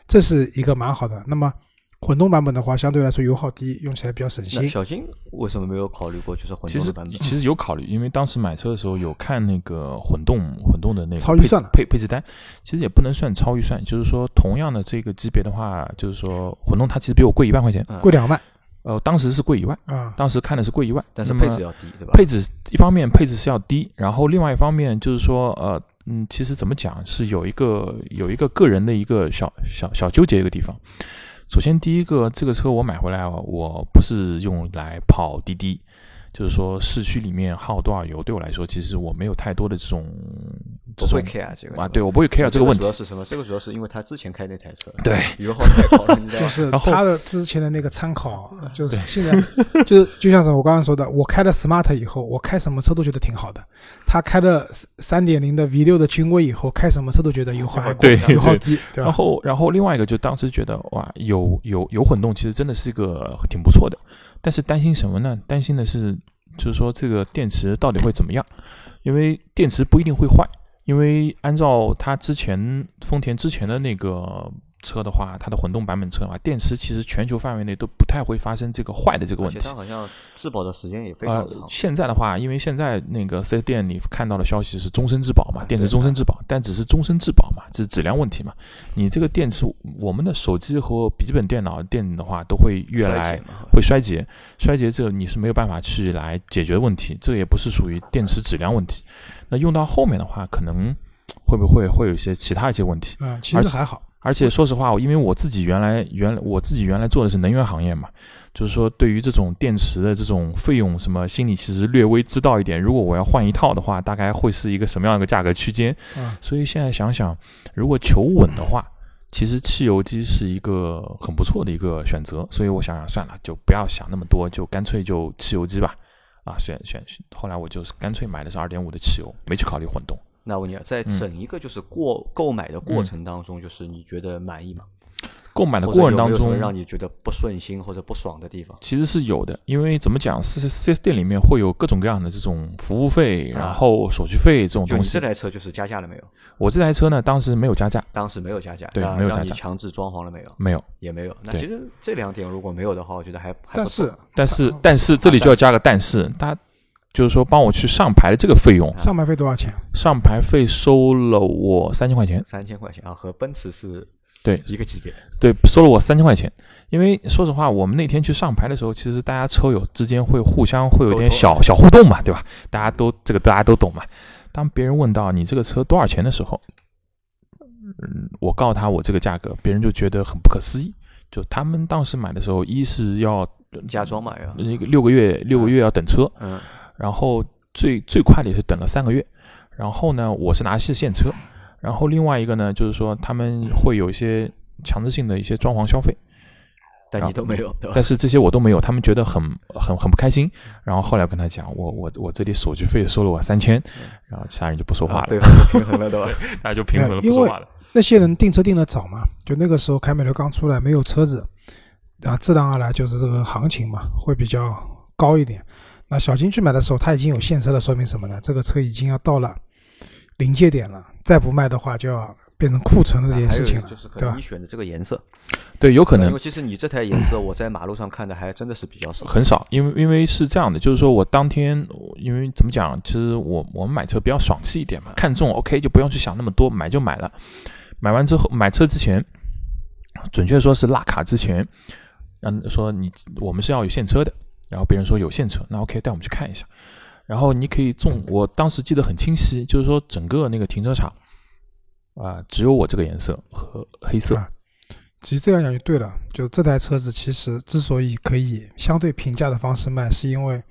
这是一个蛮好的。那么混动版本的话，相对来说油耗低，用起来比较省心。 那小金为什么没有考虑过就是混动的版本？ 其实有考虑，因为当时买车的时候有看那个混动的那个超预算了配置单，其实也不能算超预算，就是说同样的这个级别的话，就是说混动它其实比我贵1万块钱， 贵2万。 当时是贵1万啊， 当时看的是贵1万， 但是配置要低，对吧？ 配置一方面配置是要低，然后另外一方面就是说其实怎么讲是有一个个人的一个小纠结一个地方。首先第一个，这个车我买回来我不是用来跑滴滴，就是说市区里面耗多少油，对我来说其实我没有太多的这种不会 care 这个对，我不会 care 这个问题。 主要是什么？这个主要是因为他之前开那台车， 对， 油耗太高了，你知道吗？ 就是他的之前的那个参考，就是现在就像是我刚刚说的，我开了 Smart 以后，我开什么车都觉得挺好的。他开了 3.0 的 V6 的君威以后，开什么车都觉得油耗对， 油耗低，对吧？ 然后另外一个就当时觉得哇，有混动其实真的是一个挺不错的，但是担心什么呢？担心的是就是说这个电池到底会怎么样？因为电池不一定会坏，因为按照它丰田之前的那个车的话，它的混动版本车的话，电池其实全球范围内都不太会发生这个坏的这个问题。 而且它好像质保的时间也非常长。 现在的话，因为现在那个 4S 店你看到的消息是终身质保嘛，电池终身质保，但只是终身质保嘛，这是质量问题嘛。你这个电池，我们的手机和笔记本电脑电的话，都会越来会衰竭，这个你是没有办法去来解决的问题，这个也不是属于电池质量问题。那用到后面的话，可能会不会有一些其他一些问题？ 其实还好。 而且说实话，因为我自己原来做的是能源行业嘛，就是说对于这种电池的这种费用什么心里其实略微知道一点。如果我要换一套的话，大概会是一个什么样的一个价格区间？所以现在想想，如果求稳的话，其实汽油机是一个很不错的一个选择。所以我想算了，就不要想那么多，就干脆就汽油机吧。选。后来我就是干脆买的是2.5的汽油，没去考虑混动。 那我问你，在整一个就是购买的过程当中，就是你觉得满意吗？ 购买的过程当中， 有没有让你觉得不顺心或者不爽的地方？ 其实是有的，因为怎么讲，4S 店里面会有各种各样的这种服务费，然后手续费这种东西。 就你这台车就是加价了没有？ 我这台车呢，当时没有加价。 当时没有加价， 对，没有加价。 让你强制装潢了没有？ 没有， 也没有。那其实这2点如果没有的话，我觉得还不错。 但是这里就要加个但是，他就是说帮我去上牌的这个费用， 上牌费多少钱？ 上牌费收了我3000块钱。 3000块钱啊，和奔驰是对一个级别。 对，收了我3000块钱。因为说实话，我们那天去上牌的时候，其实大家车友之间会互相会有点小互动嘛，对吧？大家都懂嘛。当别人问到你这个车多少钱的时候，我告诉他我这个价格，别人就觉得很不可思议。就他们当时买的时候，一是要加装嘛，要那个6个月要等车，然后最快的也是等了3个月。然后呢，我是拿的是现车，然后另外一个呢，就是说他们会有一些强制性的一些装潢消费， 但你都没有，对吧？ 但是这些我都没有，他们觉得很不开心。然后后来跟他讲，我这里手续费收了我3000，然后其他人就不说话了， 对方就平衡了，对吧？ 大家就平衡了，不说话了。 那些人订车订得早嘛，就那个时候凯美瑞刚出来，没有车子，自然而然就是这个行情嘛会比较高一点。那小金去买的时候，他已经有现车了，说明什么呢？这个车已经要到了临界点了，再不卖的话就要变成库存的这件事情了， 就是可能你选的这个颜色， 对，有可能。 因为其实你这台颜色，我在马路上看的还真的是比较少， 很少。因为是这样的，就是说我当天，因为怎么讲，其实我们买车比较爽气一点嘛，看中 OK 就不用去想那么多，买就买了。买完之后，买车之前，准确说是拉卡之前，说我们是要有现车的，然后别人说有现车，那 OK 带我们去看一下。然后你可以我当时记得很清晰，就是说整个那个停车场只有我这个颜色和黑色。 其实这样讲就对了，就这台车子其实之所以可以相对平价的方式卖，是因为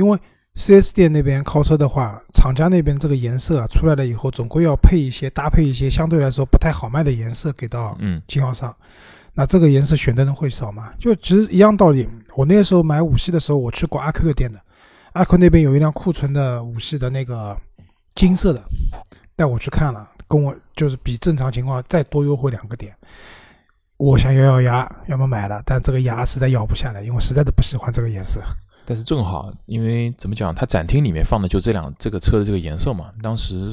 4S 店那边靠车的话，厂家那边这个颜色出来了以后，总归要搭配一些相对来说不太好卖的颜色给到经销商。那这个颜色选的人会少嘛？就其实一样道理。我那个时候买5系的时候，我去过阿 Q 的店的，阿 Q 那边有一辆库存的5系的那个金色的，带我去看了，跟我就是比正常情况再多优惠2个点。我想咬牙，要么买了，但这个牙实在咬不下来，因为实在的不喜欢这个颜色。 但是正好，因为怎么讲，它展厅里面放的就这个车的这个颜色嘛。当时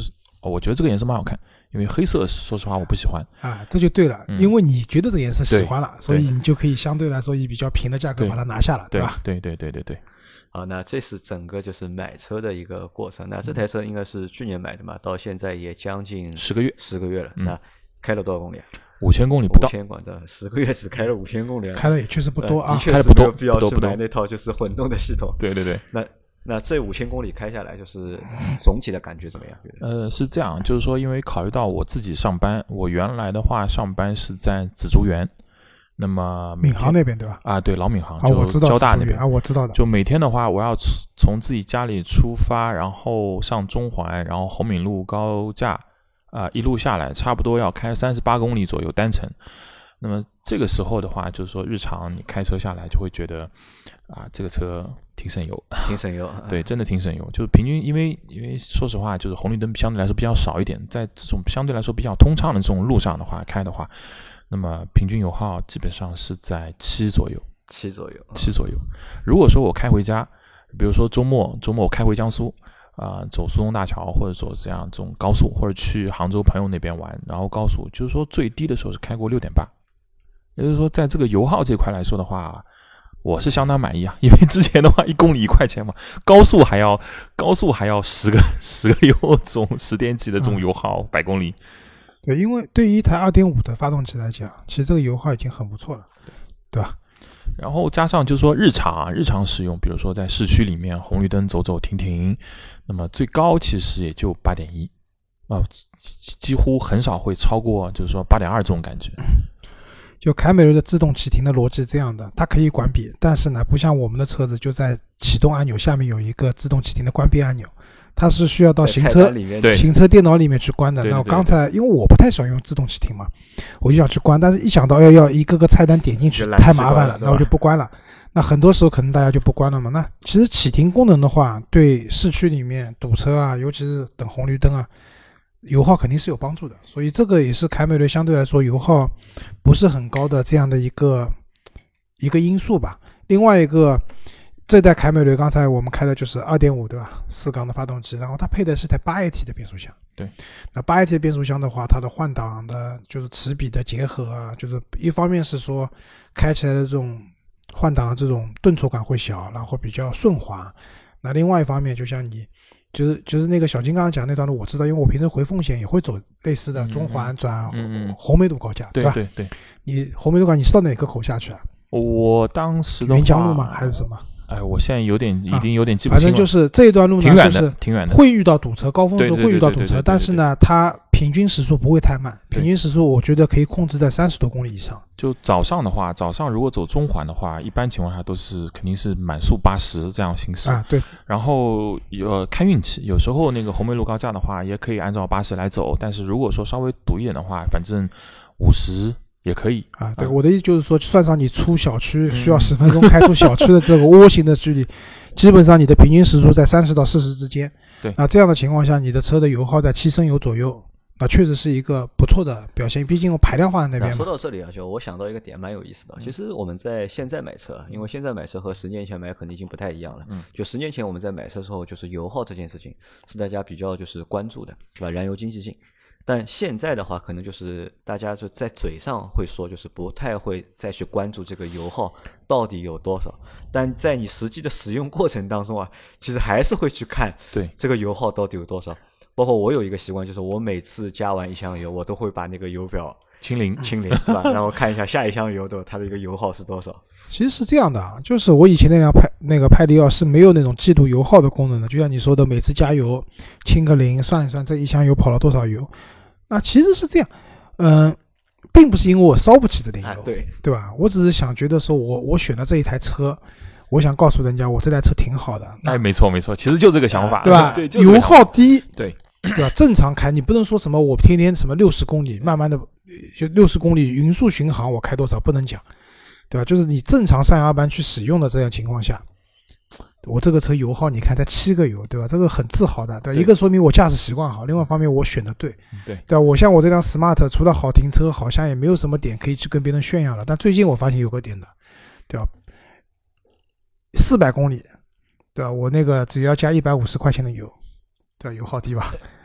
我觉得这个颜色蛮好看，因为黑色说实话我不喜欢啊，这就对了，因为你觉得这颜色喜欢了，所以你就可以相对来说以比较平的价格把它拿下了，对吧？ 对。 好，那这是整个就是买车的一个过程。那这台车应该是去年买的嘛，到现在也将近 10个月了。那开了多少公里啊 ？5000公里不到 ，5000公里，10个月只开了5000公里， 开的也确实不多啊， 的确是没有必要去买那套就是混动的系统。 对。 那这5000公里开下来，就是总体的感觉怎么样？ 是这样，就是说，因为考虑到我自己上班，我原来的话上班是在紫竹园。那么闵行那边对吧？ 啊，对，老闵行， 就交大那边啊，我知道的。 就每天的话，我要从自己家里出发，然后上中环，然后红闵路高架，一路下来，差不多要开38公里左右单程。那么这个时候的话，就是说日常你开车下来就会觉得，这个车挺省油，对，真的挺省油。就是平均，因为说实话，就是红绿灯相对来说比较少一点，在这种相对来说比较通畅的这种路上的话开的话。那么平均油耗基本上是在7左右。如果说我开回家，比如说周末我开回江苏走苏东大桥或者走这种高速，或者去杭州朋友那边玩，然后高速就是说最低的时候是开过6.8，也就是说在这个油耗这块来说的话，我是相当满意啊，因为之前的话1公里1块钱嘛，高速还要10个油这种10点几的这种油耗100公里。 对，因为对于一台 2.5 的发动机来讲，其实这个油耗已经很不错了，对吧？ 然后加上就是说日常使用，比如说在市区里面红绿灯走走停停，那么最高其实也就 8.1 几乎很少会超过就是说 8.2 这种感觉。 就凯美瑞的自动启停的逻辑是这样的，它可以关闭，但是呢不像我们的车子就在启动按钮下面有一个自动启停的关闭按钮，它是需要到行车电脑里面去关的。那我刚才因为我不太喜欢用自动启停嘛，我就想去关，但是一想到要一个个菜单点进去太麻烦了，那我就不关了。那很多时候可能大家就不关了嘛。那其实启停功能的话，对市区里面堵车啊，尤其是等红绿灯啊，油耗肯定是有帮助的。所以这个也是凯美瑞相对来说油耗不是很高的这样的一个因素吧。另外一个，这代凯美瑞刚才我们开的就是 2.5 对吧，4缸的发动机，然后它配的是台 8AT 的变速箱。 对， 那 8AT 的变速箱的话，它的换挡的就是齿比的结合啊，就是一方面是说开起来的这种换挡的这种顿挫感会小，然后比较顺滑。那另外一方面，就像你就是那个小金刚刚讲那段路，我知道，因为我平时回奉贤也会走类似的中环转红梅渡高架， 对吧？ 对。 你红梅渡高架你是到哪个口下去啊？ 我当时的话沅江路吗？还是什么？ 我现在已经有点记不清了。 反正就是这一段路呢， 挺远的， 会遇到堵车，高峰时候会遇到堵车，但是呢，它平均时速不会太慢，平均时速我觉得可以控制在30多公里以上。 就早上的话，如果走中环的话，一般情况下都是肯定是满速80这样行驶啊。对。然后看运气，有时候那个红梅路高架的话，也可以按照80来走，但是如果说稍微堵一点的话，反正50。也可以啊，对，我的意思就是说，算上你出小区需要10分钟开出小区的这个窝形的距离，基本上你的平均时速在30到40之间。 对， 那这样的情况下，你的车的油耗在7升油左右，那确实是一个不错的表现。毕竟我排量放在那边嘛。 说到这里啊，就我想到一个点蛮有意思的。其实我们在现在买车，因为现在买车和10年前买可能已经不太一样了。就10年前我们在买车的时候，就是油耗这件事情是大家比较就是关注的，对吧？燃油经济性。但现在的话，可能就是大家就在嘴上会说，就是不太会再去关注这个油耗到底有多少，但在你实际的使用过程当中啊，其实还是会去看对这个油耗到底有多少。包括我有一个习惯，就是我每次加完1箱油，我都会把那个油表清零，对吧？然后看一下下一箱油的它的一个油耗是多少。 其实是这样的啊，就是我以前那个派迪奥是没有那种记录油耗的功能的，就像你说的，每次加油清个零，算一算这一箱油跑了多少油。那其实是这样，并不是因为我烧不起这点油，对吧？我只是想觉得说我选的这一台车，我想告诉人家我这台车挺好的。 没错，其实就这个想法， 对吧？ 对， 油耗低， 对吧？正常开，你不能说什么我天天什么60公里，慢慢的就60公里匀速巡航我开多少不能讲，对吧？就是你正常上下班去使用的这样情况下。我这个车油耗你看才7个油，对吧？这个很自豪的，对吧？一个说明我驾驶习惯好，另外一方面我选的对，对吧？我像我这辆 smart 除了好停车，好像也没有什么点可以去跟别人炫耀了。但最近我发现有个点的，对吧？400公里，对吧？我那个只要加150块钱的油，对吧？油耗低吧？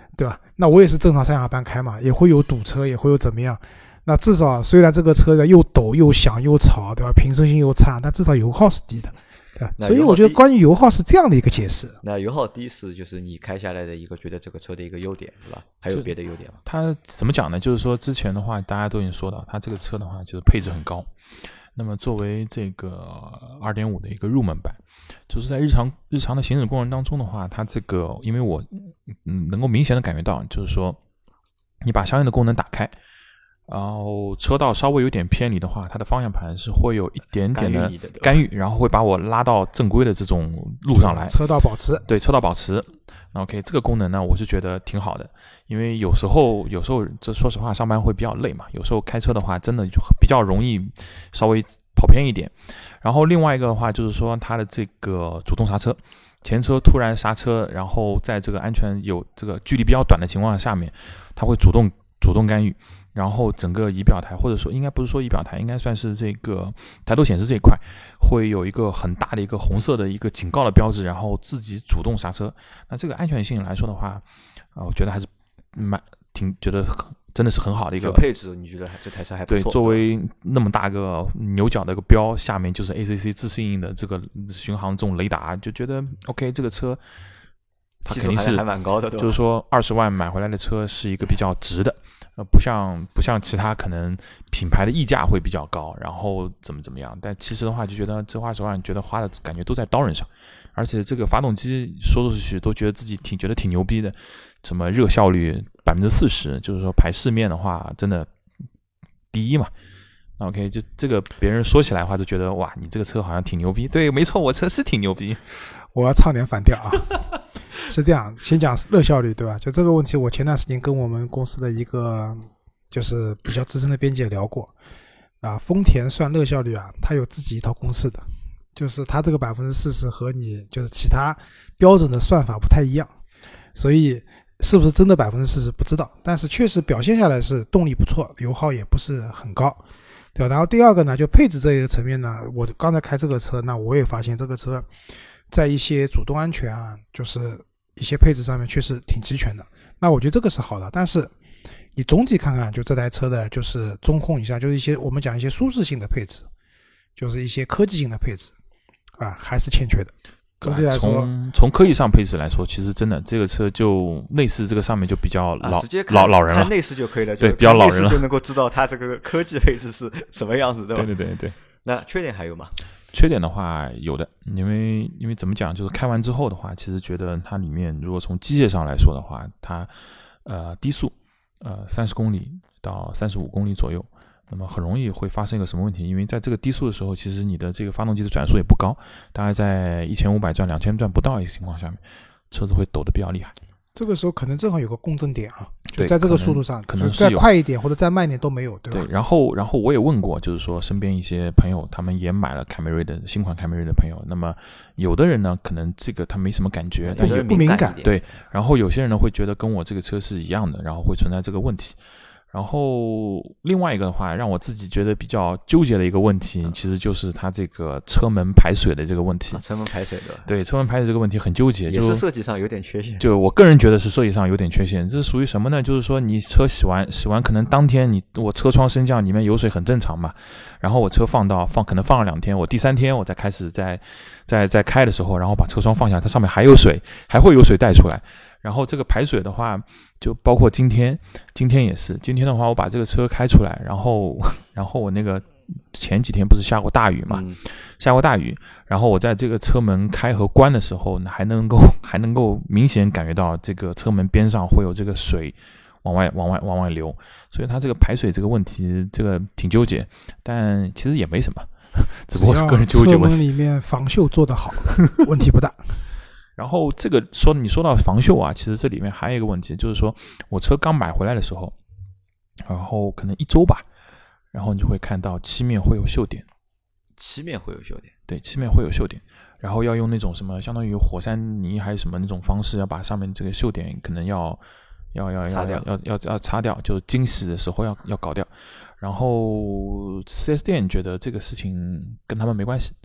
对吧？那我也是正常上下班开嘛，也会有堵车，也会有怎么样。那至少虽然这个车又抖又响又吵，对吧？平顺性又差，但至少油耗是低的，对吧？所以我觉得关于油耗是这样的一个解释。 那油耗低是就是你开下来的一个觉得这个车的一个优点，对吧？还有别的优点吗？ 它怎么讲呢？就是说之前的话，大家都已经说到，它这个车的话就是配置很高。那么作为这个 2.5 的一个入门版，就是在日常的行驶过程当中的话，它这个因为我能够明显的感觉到，就是说你把相应的功能打开，然后车道稍微有点偏离的话，它的方向盘是会有一点点的干预，然后会把我拉到正规的这种路上来。 车道保持， 对，车道保持。OK， 这个功能呢，我是觉得挺好的，因为有时候这说实话上班会比较累嘛，有时候开车的话真的就比较容易稍微跑偏一点。然后另外一个的话就是说它的这个主动刹车，前车突然刹车，然后在这个安全有这个距离比较短的情况下面，它会主动干预。然后整个仪表台，或者说应该不是说仪表台，应该算是这个抬头显示这一块，会有一个很大的一个红色的一个警告的标志，然后自己主动刹车。那这个安全性来说的话，我觉得还是觉得真的是很好的一个配置。你觉得这台车还不错？ 对，作为那么大个牛角的一个标，下面就是 ACC 自适应的这个巡航这种雷达，就觉得 OK， 这个车它肯定是还蛮高的， 就是说20万买回来的车是一个比较值的。不像其他可能品牌的溢价会比较高，然后怎么样，但其实的话就觉得这20万觉得花的感觉都在刀刃上，而且这个发动机说出去都觉得自己觉得挺牛逼的，什么热效率40%，就是说排市面的话真的第一嘛。OK， 就这个别人说起来的话就觉得哇，你这个车好像挺牛逼。对，没错，我车是挺牛逼。 我要唱点反调啊。是这样，先讲热效率，对吧？就这个问题，我前段时间跟我们公司的一个就是比较资深的编辑聊过啊。丰田算热效率啊，它有自己一套公式的，就是它这个40%和你就是其他标准的算法不太一样，所以是不是真的40%不知道，但是确实表现下来是动力不错，油耗也不是很高，对吧？然后第二个呢，就配置这一个层面呢，我刚才开这个车，那我也发现这个车在一些主动安全啊，就是一些配置上面确实挺齐全的，那我觉得这个是好的。但是你总体看看，就这台车的就是中控以下，就是一些我们讲一些舒适性的配置，就是一些科技性的配置啊，还是欠缺的。总体来说， 从科技上配置来说，其实真的这个车就内饰这个上面就比较直接老人了， 看内饰就可以了， 对，比较老人了， 就能够知道它这个科技配置是什么样子，对吧？ 对。 那缺点还有吗？ 缺点的话有的，因为怎么讲，就是开完之后的话，其实觉得它里面如果从机械上来说的话，它低速30公里到35公里左右，那么很容易会发生一个什么问题？因为在这个低速的时候，其实你的这个发动机的转速也不高，大概在1500转、2000转不到一个情况下面，车子会抖得比较厉害。 这个时候可能正好有个共振点啊， 对， 在这个速度上， 可能是再快一点或者再慢一点都没有，对吧？ 对，然后我也问过，就是说身边一些朋友，他们也买了凯美瑞的新款凯美瑞的朋友，那么有的人呢，可能这个他没什么感觉，但不敏感， 对，然后有些人呢会觉得跟我这个车是一样的，然后会存在这个问题。然后另外一个的话，让我自己觉得比较纠结的一个问题，其实就是它这个车门排水的这个问题。 车门排水的， 对，车门排水这个问题很纠结， 也是设计上有点缺陷。 就我个人觉得是设计上有点缺陷。这是属于什么呢？就是说你车洗完，可能当天我车窗升降里面有水很正常嘛，然后我车可能放了2天，我第3天我再开始在开的时候，然后把车窗放下，它上面还有水，还会有水带出来。然后这个排水的话，就包括今天也是，今天的话我把这个车开出来，然后我那个前几天不是下过大雨嘛，下过大雨，然后我在这个车门开和关的时候，还能够明显感觉到这个车门边上会有这个水往外流，所以它这个排水这个问题，这个挺纠结，但其实也没什么，只不过是个人纠结问题。 车门里面防锈做得好，问题不大。 然后这个你说到防锈啊，其实这里面还有一个问题，就是说我车刚买回来的时候，然后可能1周吧，然后你就会看到漆面会有锈点。 漆面会有锈点？ 对，漆面会有锈点，然后要用那种什么相当于火山泥还是什么那种方式，要把上面这个锈点可能要擦掉，就清洗的时候要搞掉。然后 4S 店觉得这个事情跟他们没关系，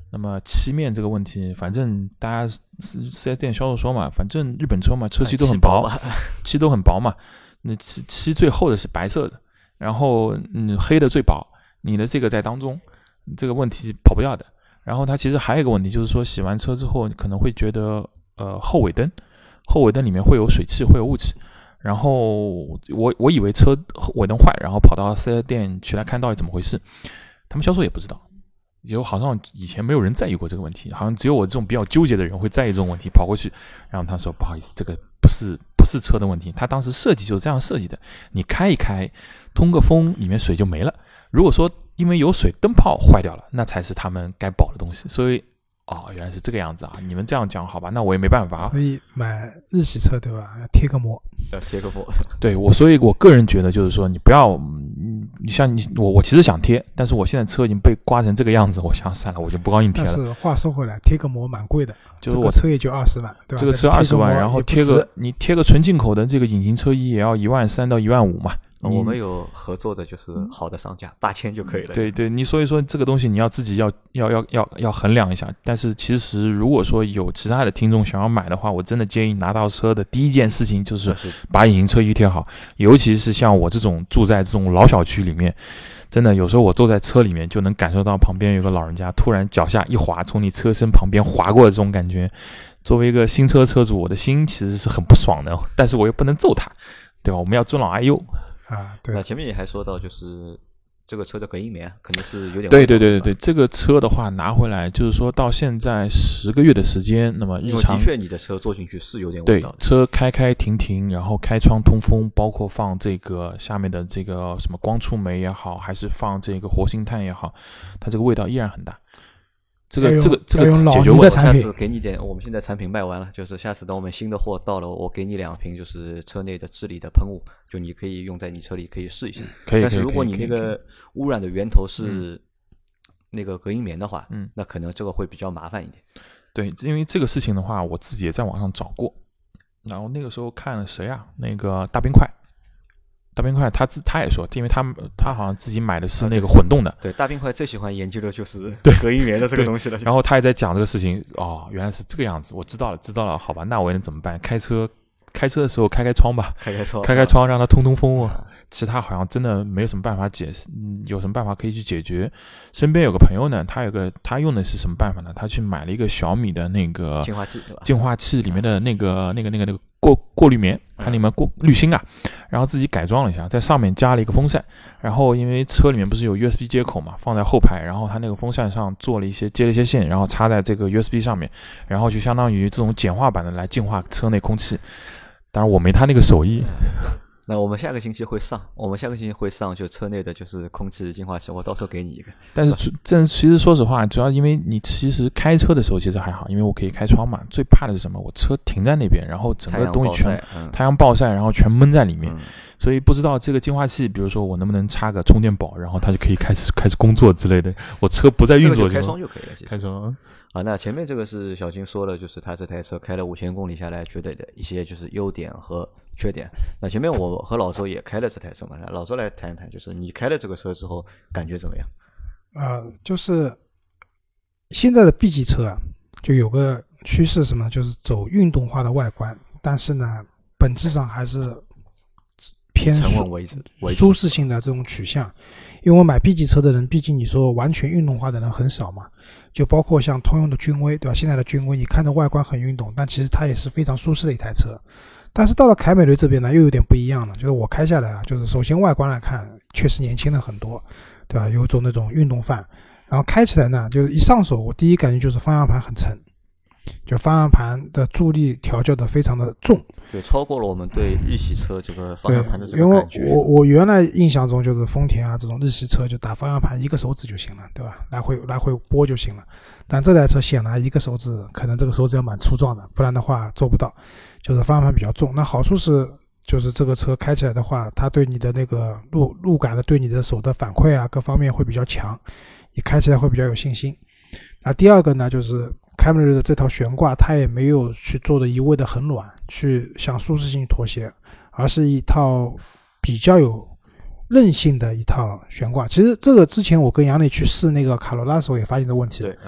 那么漆面这个问题，反正大家4S店销售说嘛，反正日本车嘛，车漆都很薄，漆都很薄嘛。那漆最厚的是白色的，然后黑的最薄，你的这个在当中，这个问题跑不掉的。然后它其实还有一个问题，就是说洗完车之后，你可能会觉得后尾灯里面会有水汽，会有雾气。然后我以为车尾灯坏，然后跑到4S店去来看到底怎么回事，他们销售也不知道。好像以前没有人在意过这个问题，好像只有我这种比较纠结的人会在意这种问题，跑过去，然后他说不好意思，这个不是车的问题，他当时设计就是这样设计的，你开一开，通个风，里面水就没了。如果说因为有水灯泡坏掉了，那才是他们该保的东西。所以原来是这个样子啊！你们这样讲好吧，那我也没办法。 所以买日系车对吧，要贴个膜。 对，所以我个人觉得就是说，你不要，你像我其实想贴，但是我现在车已经被刮成这个样子，我想算了，我就不高兴贴了。 但是话说回来，贴个膜蛮贵的， 就是这个车也就20万，对吧？ 这个车20万，然后你贴个纯进口的这个引擎车衣也要13000到15000嘛。 我们有合作的就是好的商家，8000就可以了。 对，你所以说这个东西你要自己要衡量一下。但是其实如果说有其他的听众想要买的话，我真的建议拿到车的第一件事情就是把引擎车衣贴好，尤其是像我这种住在这种老小区里面，真的有时候我坐在车里面就能感受到旁边有个老人家突然脚下一滑，从你车身旁边滑过的这种感觉。作为一个新车车主，我的心其实是很不爽的，但是我又不能揍他，对吧？我们要尊老爱幼。 对。 那前面也还说到，就是这个车的隔音棉肯定是有点对，这个车的话拿回来，就是说到现在10个月的时间，那么日常的确你的车坐进去是有点味道的。 对，车开停，然后开窗通风，包括放这个下面的这个什么光触媒也好，还是放这个活性炭也好，它这个味道依然很大。这个解决问题。 下次给你点，我们现在产品卖完了，就是下次等我们新的货到了，我给你2瓶，就是车内的治理的喷雾，就你可以用在你车里，可以试一下。但是如果你那个污染的源头是那个隔音棉的话，那可能这个会比较麻烦一点。 对，因为这个事情的话，我自己也在网上找过，然后那个时候看了谁啊？那个大冰块他也说，因为他好像自己买的是那个混动的。 对，大冰块最喜欢研究的就是隔音棉的这个东西了。 然后他也在讲这个事情，原来是这个样子，我知道了，好吧，那我能怎么办？开车的时候开窗吧，开窗让它通风啊。其他好像真的没有什么办法解释，有什么办法可以去解决？身边有个朋友呢，他用的是什么办法呢？他去买了一个小米的那个净化器里面的那个过滤棉，它里面滤芯啊，然后自己改装了一下，在上面加了一个风扇，然后因为车里面不是有 USB 接口嘛，放在后排，然后它那个风扇上接了一些线，然后插在这个 USB 上面，然后就相当于这种简化版的来净化车内空气。当然我没他那个手艺。 那我们下个星期会上，就车内的就是空气净化器，我到时候给你一个。 但是其实说实话，主要因为你其实开车的时候其实还好，因为我可以开窗嘛。最怕的是什么？我车停在那边，然后整个东西全太阳暴晒，然后全闷在里面。所以不知道这个净化器，比如说我能不能插个充电宝，然后它就可以开始工作之类的。我车不在运作， 开窗就可以了。其实开窗啊，那前面这个是小金说了，就是他这台车开了5000公里下来，觉得的一些就是优点和缺点。那前面我和老周也开了这台车嘛，老周来谈一谈，就是你开了这个车之后感觉怎么样？ 就是现在的 B 级车就有个趋势什么，就是走运动化的外观，但是呢，本质上还是偏沉稳为主舒适性的这种取向。因为我买 B 级车的人，毕竟你说完全运动化的人很少嘛，就包括像通用的君威，对吧？现在的君威，你看着外观很运动，但其实它也是非常舒适的一台车。但是到了凯美瑞这边呢，又有点不一样了。就是我开下来就是首先外观来看，确实年轻了很多，对吧？有种那种运动范。然后开起来呢，就是一上手，我第一感觉就是方向盘很沉，就方向盘的助力调教的非常的重， 就超过了我们对日系车这个方向盘的这个感觉。 因为我原来印象中就是丰田这种日系车就打方向盘一个手指就行了，对吧？来回拨就行了。但这台车显然一个手指，可能这个手指要蛮粗壮的，不然的话做不到。就是方向盘比较重，那好处是就是这个车开起来的话，它对你的那个路感的对你的手的反馈各方面会比较强，你开起来会比较有信心。那第二个呢，就是凯美瑞的这套悬挂，它也没有去做的一味的很软，去向舒适性妥协，而是一套比较有韧性的一套悬挂。其实这个之前我跟杨磊去试那个卡罗拉的时候也发现的问题， 对，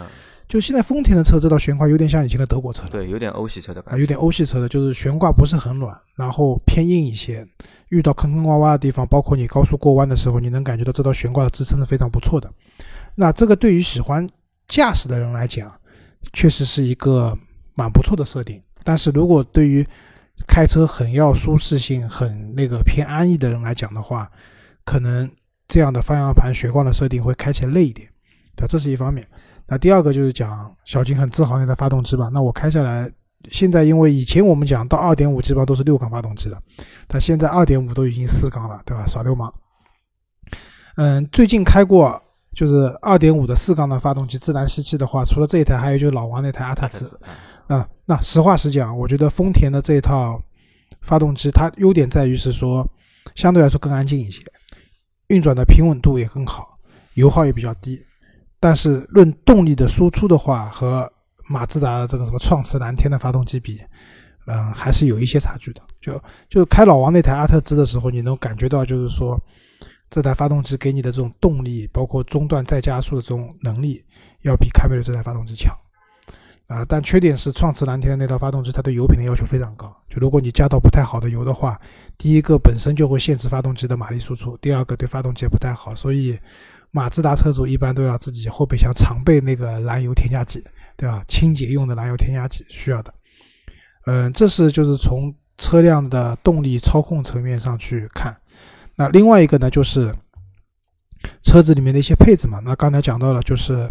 就现在丰田的车这套悬挂有点像以前的德国车了， 对，有点欧系车的感觉， 有点欧系车的，就是悬挂不是很软，然后偏硬一些，遇到坑坑洼洼的地方，包括你高速过弯的时候，你能感觉到这套悬挂的支撑是非常不错的。那这个对于喜欢驾驶的人来讲，确实是一个蛮不错的设定。但是如果对于开车很要舒适性、很偏安逸的人来讲的话，可能这样的方向盘悬挂的设定会开起来累一点，对，这是一方面。那第二个就是讲小金很自豪那台发动机吧，那我开下来，现在因为以前我们讲到 2.5 基本上都是6缸发动机的，但现在 2.5 都已经4缸了，对吧？耍流氓。最近开过就是 2.5 的4缸的发动机自然吸气的话，除了这一台，还有就是老王那台阿特兹。那实话实讲，我觉得丰田的这套发动机，它优点在于是说，相对来说更安静一些，运转的平稳度也更好，油耗也比较低。但是论动力的输出的话，和马自达的这个什么创驰蓝天的发动机比，还是有一些差距的。就开老王那台阿特兹的时候，你能感觉到就是说，这台发动机给你的这种动力，包括中段再加速的这种能力，要比凯美瑞这台发动机强。但缺点是创驰蓝天的那套发动机，它对油品的要求非常高。就如果你加到不太好的油的话，第一个本身就会限制发动机的马力输出，第二个对发动机也不太好，所以马自达车主一般都要自己后备箱常备那个燃油添加剂，对吧？清洁用的燃油添加剂需要的。这是就是从车辆的动力操控层面上去看。那另外一个呢，就是车子里面的一些配置嘛。那刚才讲到了，就是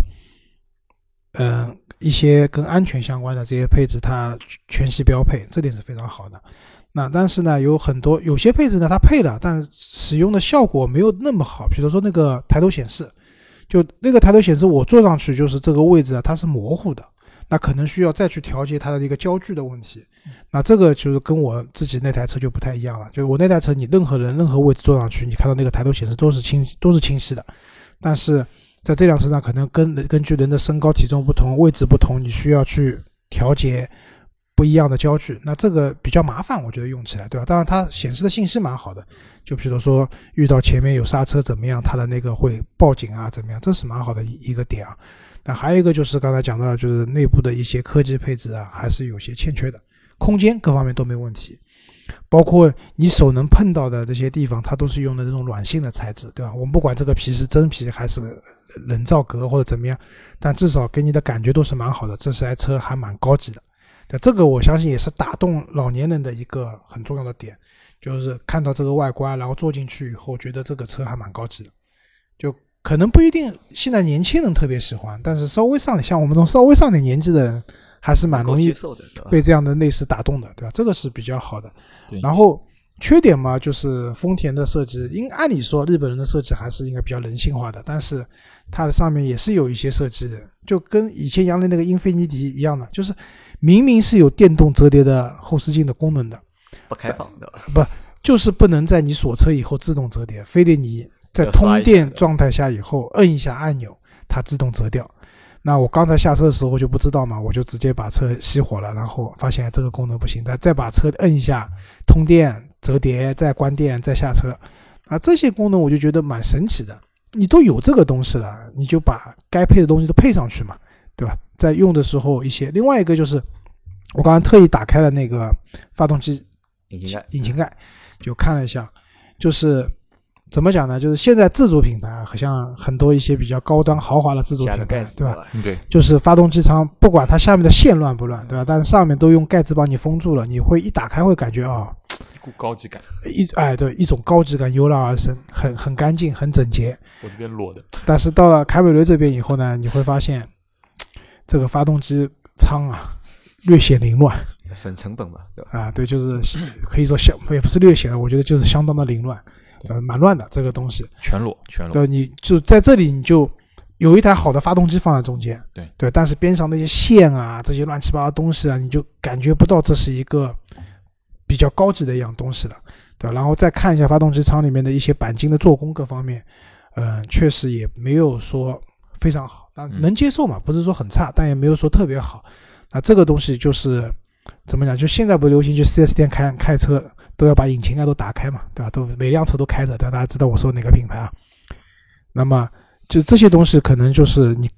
一些跟安全相关的这些配置，它全系标配，这点是非常好的。那但是呢，有些配置呢，它配了，但使用的效果没有那么好。比如说那个抬头显示，就那个抬头显示，我坐上去就是这个位置啊，它是模糊的，那可能需要再去调节它的一个焦距的问题。那这个就是跟我自己那台车就不太一样了。就是我那台车，你任何人任何位置坐上去，你看到那个抬头显示都是清晰的，但是在这辆车上可能根据人的身高体重不同，位置不同，你需要去调节不一样的焦距，那这个比较麻烦，我觉得用起来，对吧？当然它显示的信息蛮好的，就比如说遇到前面有刹车怎么样，它的那个会报警啊怎么样，这是蛮好的一个点啊。那还有一个就是刚才讲到的，就是内部的一些科技配置啊，还是有些欠缺的，空间各方面都没问题，包括你手能碰到的这些地方，它都是用的这种软性的材质，对吧？我们不管这个皮是真皮还是人造革或者怎么样，但至少给你的感觉都是蛮好的，这台车还蛮高级的。这个我相信也是打动老年人的一个很重要的点，就是看到这个外观，然后坐进去以后觉得这个车还蛮高级的。就可能不一定现在年轻人特别喜欢，但是像我们这种稍微上点年纪的人，还是蛮容易被这样的内饰打动的，对吧？这个是比较好的。然后缺点嘛，就是丰田的设计，按理说日本人的设计还是应该比较人性化的，但是它的上面也是有一些设计的，就跟以前杨雷那个英菲尼迪一样的，就是明明是有电动折叠的后视镜的功能的， 不开放的， 不就是不能在你锁车以后自动折叠，非得你在通电状态下以后摁一下按钮，它自动折掉。那我刚才下车的时候就不知道嘛，我就直接把车熄火了，然后发现这个功能不行，再把车摁一下通电折叠，再关电再下车啊，这些功能我就觉得蛮神奇的。你都有这个东西了，你就把该配的东西都配上去嘛，对吧？在用的时候一些。另外一个就是我刚刚特意打开了那个发动机引擎盖，就看了一下，就是怎么讲呢？就是现在自主品牌好像很多一些比较高端豪华的自主品牌，对吧？ 对， 就是发动机舱不管它下面的线乱不乱，对吧？但是上面都用盖子帮你封住了，你会一打开会感觉一股高级感， 对，一种高级感油然而生，很干净，很整洁。 我这边裸的。但是到了凯美瑞这边以后呢，你会发现这个发动机舱啊略显凌乱， 省成本吧，对吧？ 对，就是可以说也不是略显，我觉得就是相当的凌乱。蛮乱的这个东西， 全裸。 对，你就在这里，你就有一台好的发动机放在中间， 对， 但是边上那些线啊，这些乱七八糟东西啊，你就感觉不到这是一个比较高级的一样东西了，对。然后再看一下发动机舱里面的一些钣金的做工各方面，确实也没有说非常好，能接受嘛，不是说很差，但也没有说特别好。那这个东西就是怎么讲？就现在不流行去 4S 店开车。都要把引擎盖都打开嘛，对吧？都每辆车都开着，大家知道我说哪个品牌啊？那么就这些东西可能就是你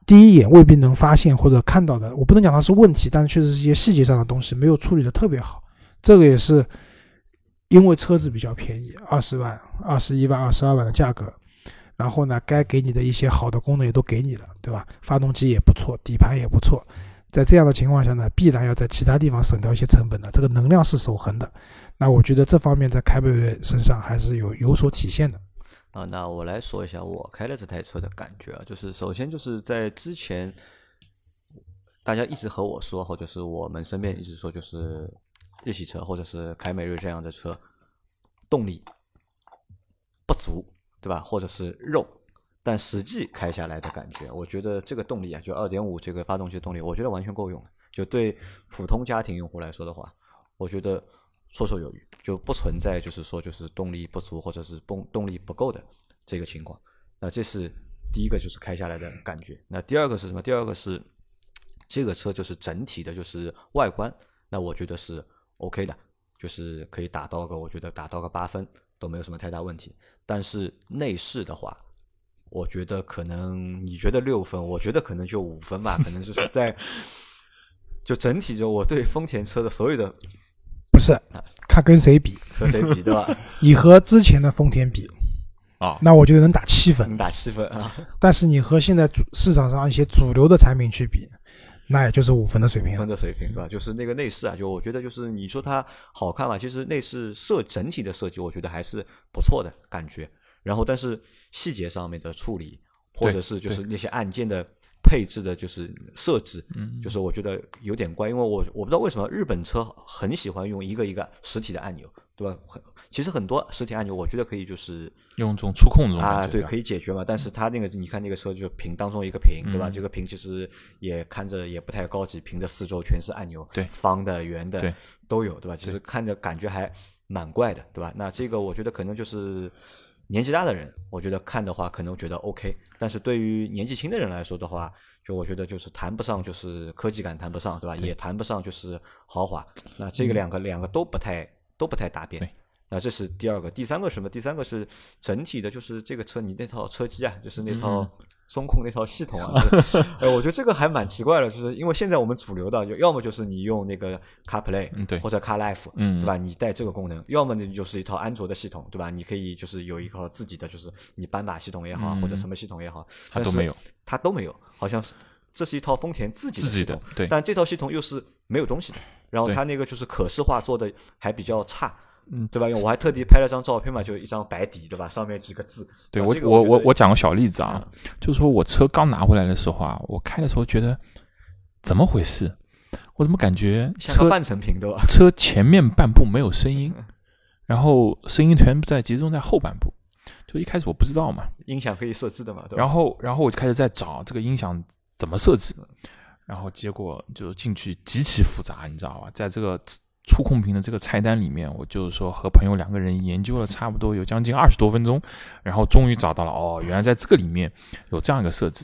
第一眼未必能发现或者看到的，我不能讲它是问题，但是确实是一些细节上的东西没有处理的特别好。这个也是因为车子比较便宜，20万、21万、22万的价格，然后呢，该给你的一些好的功能也都给你了，对吧？发动机也不错，底盘也不错，在这样的情况下呢，必然要在其他地方省掉一些成本的，这个能量是守恒的。那我觉得这方面在凯美瑞身上还是有所体现的。 那我来说一下我开了这台车的感觉啊，就是首先就是在之前，大家一直和我说，或者是我们身边一直说，就是日系车或者是凯美瑞这样的车，动力不足，对吧？或者是肉，但实际开下来的感觉，我觉得这个动力啊，就 2.5 这个发动机动力，我觉得完全够用。就对普通家庭用户来说的话，我觉得绰绰有余，就不存在就是说就是动力不足或者是动力不够的这个情况。那这是第一个，就是开下来的感觉。那第二个是什么？第二个是这个车就是整体的就是外观，那我觉得是 OK 的，就是可以我觉得打到个8分都没有什么太大问题。但是内饰的话，我觉得可能你觉得6分，我觉得可能就5分吧，可能就是在就整体就我对丰田车的所有的不是看跟谁比， 和谁比对吧？ 你和之前的丰田比啊， 那我觉得能打7分， 能打7分啊。 但是你和现在市场上一些主流的产品去比，那也就是5分的水平。 5分的水平对吧？就是那个内饰啊，就我觉得就是你说它好看嘛，其实内饰整体的设计，我觉得还是不错的感觉。然后但是细节上面的处理，或者是就是那些按键的配置的就是设置，就是我觉得有点怪，因为我不知道为什么日本车很喜欢用一个一个实体的按钮，对吧？其实很多实体按钮我觉得可以就是用这种触控这种啊，对，可以解决嘛。但是它那个你看那个车就屏当中一个屏，对吧？这个屏其实也看着也不太高级，屏的四周全是按钮， 对， 方的、圆的， 对， 都有，对吧？其实看着感觉还蛮怪的，对吧？那这个我觉得可能就是年纪大的人，我觉得看的话可能觉得 OK， 但是对于年纪轻的人来说的话，就我觉得就是谈不上就是科技感谈不上，对吧？也谈不上就是豪华。那这个两个都不太搭边。那这是第二个。第三个什么？第三个是整体的，就是这个车你那套车机啊，就是那套中控那套系统啊，我觉得这个还蛮奇怪的，就是因为现在我们主流的要么就是你用那个 CarPlay， 对， 或者 CarLife，对吧？你带这个功能，要么你就是一套安卓的系统，对吧？你可以就是有一套自己的，就是你斑马系统也好，或者什么系统也好， 它都没有， 它都没有，好像这是一套丰田自己的系统， 对， 但这套系统又是没有东西的，然后它那个就是可视化做的还比较差。对吧？我还特地拍了张照片嘛，就一张白底，对吧？上面几个字。 对，我讲个小例子啊，就是说我车刚拿回来的时候啊，我开的时候觉得怎么回事？我怎么感觉像个半成品对吧？ 车前面半部没有声音，然后声音全部集中在后半部。就一开始我不知道嘛， 音响可以设置的嘛，对吧？ 然后我就开始在找这个音响怎么设置，然后结果就进去极其复杂，你知道吧？在这个触控屏的这个菜单里面，我就是说和朋友2个人研究了差不多有将近20多分钟，然后终于找到了原来在这个里面有这样一个设置。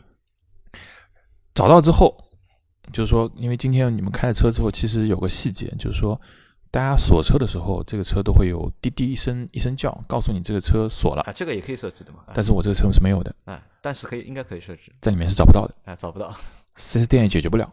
找到之后，就是说，因为今天你们开了车之后，其实有个细节，就是说，大家锁车的时候，这个车都会有滴滴一声叫，告诉你这个车锁了啊，这个也可以设置的嘛。 但是我这个车是没有的啊，但是应该可以设置， 在里面是找不到的啊，找不到 ，4S 店也解决不了。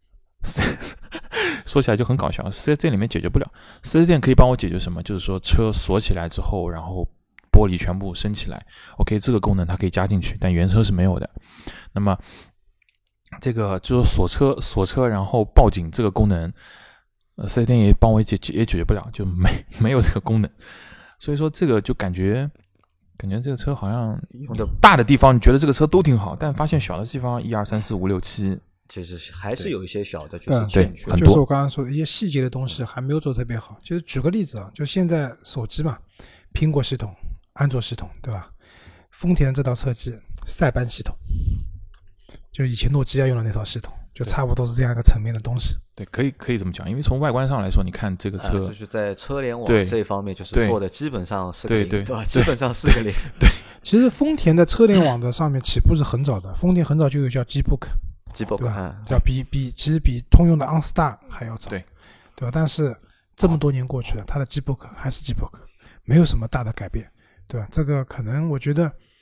说起来就很搞笑，4S 店里面解决不了。4S 店可以帮我解决什么？就是说车锁起来之后，然后玻璃全部升起来 ，OK， 这个功能它可以加进去，但原车是没有的。那么这个就是锁车，然后报警这个功能，4S 店也帮我解决不了，就没有这个功能。所以说这个就感觉这个车好像用的大的地方，你觉得这个车都挺好，但发现小的地方1、2、3、4、5、6、7。 就是还是有一些小的，就是对，很多就是我刚刚说的一些细节的东西还没有做特别好。就是举个例子啊，就现在手机嘛，苹果系统、安卓系统，对吧？丰田的这套车机，塞班系统，就以前诺基亚用的那套系统，就差不多是这样一个层面的东西。 对，可以这么讲，因为从外观上来说，你看这个车， 就是在车联网这一方面，就是做的基本上是个零，对吧？基本上是个零。 对， 其实丰田在车联网的上面起步是很早的，丰田很早就有叫 G-Book， 对吧？要其实比通用的 OnStar 还要早， 对吧？但是这么多年过去了，它的 G-Book 还是 G-Book， 没有什么大的改变，对吧？这个可能我觉得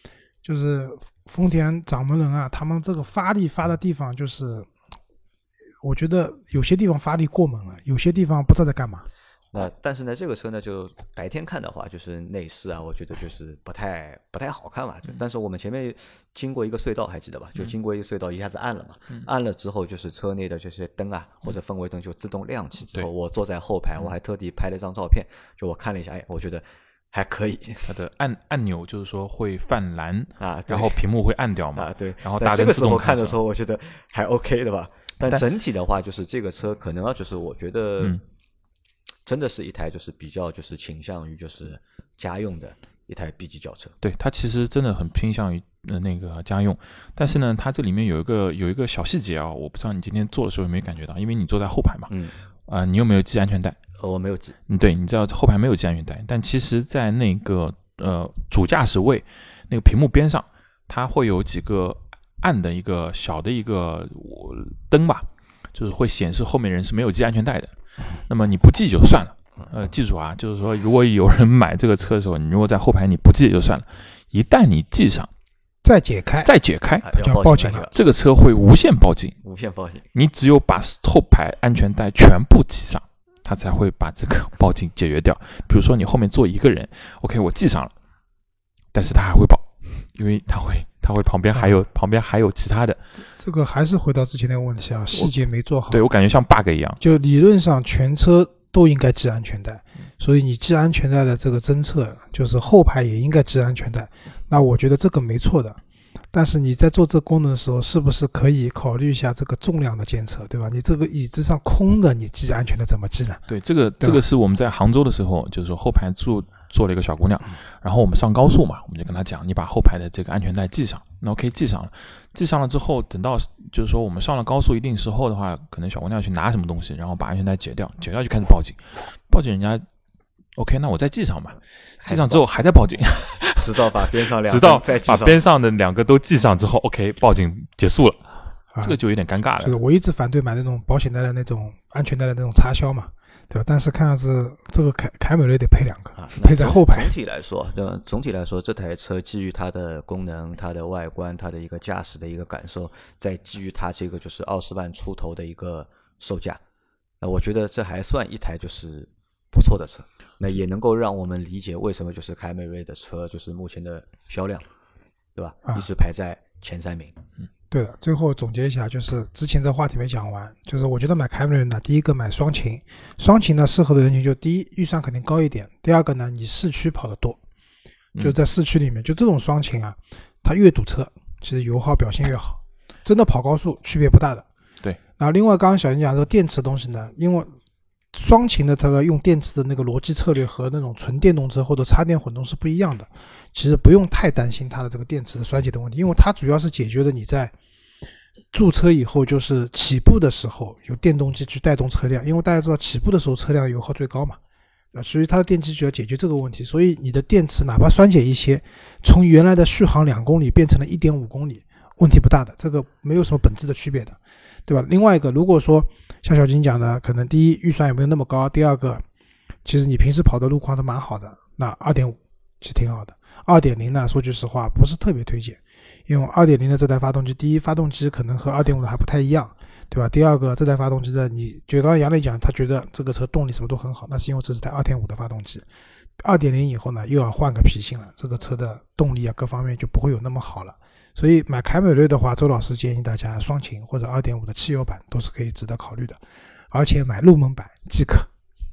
就是丰田掌门人啊，他们这个发力发的地方，就是我觉得有些地方发力过猛了，有些地方不知道在干嘛。 那但是呢，这个车呢，就白天看的话，就是内饰啊，我觉得就是不太好看嘛。但是我们前面经过一个隧道，还记得吧？就经过一个隧道，一下子暗了嘛。暗了之后，就是车内的这些灯啊，或者氛围灯就自动亮起。之后我坐在后排，我还特地拍了张照片，就我看了一下，哎，我觉得还可以。 它的按钮就是说会泛蓝啊， 然后屏幕会暗掉嘛。 啊，对。 然后大这个时候看的时候，我觉得还 OK 的吧。但整体的话，就是这个车可能就是我觉得。真的是一台就是比较就是倾向于就是家用的一台 B 级轿车。 对，它其实真的很偏向于那个家用，但是呢，它这里面有一个小细节啊，我不知道你今天坐的时候有没有感觉到，因为你坐在后排嘛，你有没有系安全带？ 我没有系。 对，你知道后排没有系安全带，但其实在那个主驾驶位那个屏幕边上，它会有几个暗的一个小的一个灯吧，就是会显示后面人是没有系安全带的。那么你不系就算了，记住啊，就是说如果有人买这个车的时候，你如果在后排你不系就算了，一旦你系上再解开， 就要报警了。 这个车会无限报警，你只有把后排安全带全部系上，它才会把这个报警解决掉。比如说你后面坐一个人 ，OK， 我系上了，但是他还会报，因为他会旁边还有其他的。 这个还是回到之前那个问题啊，细节没做好。 对，我感觉像 bug 一样。 就理论上全车都应该系安全带，所以你系安全带的这个侦测，就是后排也应该系安全带。那我觉得这个没错的。但是你在做这功能的时候，是不是可以考虑一下这个重量的监测，对吧？你这个椅子上空的，你系安全带怎么系呢？ 对，这个是我们在杭州的时候，就是说后排坐了一个小姑娘，然后我们上高速嘛，我们就跟她讲，你把后排的这个安全带系上，那 OK 系上了之后，等到就是说我们上了高速一定时候的话，可能小姑娘去拿什么东西，然后把安全带解掉就开始报警人家 OK， 那我再系上吧，系上之后还在报警， 直到把边上两个直到把边上的两个都系上之后 OK 报警结束了，这个就有点尴尬了。 就是我一直反对买那种保险带的那种安全带的那种插销嘛，对吧？但是看样子这个凯美瑞得配两个，配在后排。 总体来说，这台车基于它的功能、它的外观、它的一个驾驶的一个感受，再基于它这个就是20万出头的一个售价，那我觉得这还算一台就是不错的车。那也能够让我们理解为什么就是凯美瑞的车就是目前的销量，对吧？一直排在前3名。 对的，最后总结一下，就是之前这话题没讲完，就是我觉得买凯美瑞呢，第一个买双擎呢适合的人群就第一预算肯定高一点，第二个呢你市区跑得多，就在市区里面，就这种双擎啊，它越堵车，其实油耗表现越好，真的跑高速区别不大的。 对。 然后另外刚刚小金讲这个电池的东西呢，因为双擎的它的用电池的那个逻辑策略和那种纯电动车或者插电混动是不一样的，其实不用太担心它的这个电池的衰竭的问题，因为它主要是解决了你在驻车以后就是起步的时候有电动机去带动车辆，因为大家知道起步的时候车辆油耗最高嘛，所以它的电机就要解决这个问题，所以你的电池哪怕衰减一些，从原来的续航2公里变成了 1.5 公里，问题不大的，这个没有什么本质的区别的，对吧？另外一个，如果说像小金讲的，可能第一预算也没有那么高，第二个其实你平时跑的路况都蛮好的，那 2.5 其实挺好的。 2.0 呢说句实话不是特别推荐，因为 2.0 的这台发动机，第一发动机可能和 2.5 的还不太一样，对吧？第二个这台发动机的，你就刚刚杨磊讲他觉得这个车动力什么都很好，那是因为这是台 2.5 的发动机， 2.0 以后呢又要换个脾性了，这个车的动力啊各方面就不会有那么好了。所以买凯美瑞的话，周老师建议大家双擎或者 2.5 的汽油版都是可以值得考虑的，而且买入门版即可。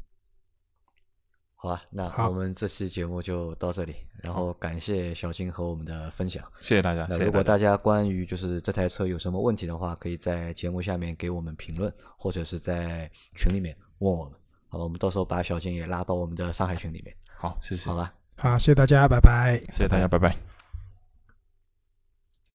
好啊，那我们这期节目就到这里，然后感谢小金和我们的分享， 谢谢大家。 那如果大家关于就是这台车有什么问题的话，可以在节目下面给我们评论，或者是在群里面问我们。好，我们到时候把小金也拉到我们的上海群里面。 好，谢谢。 好吧， 好，谢谢大家，拜拜。 谢谢大家，拜拜。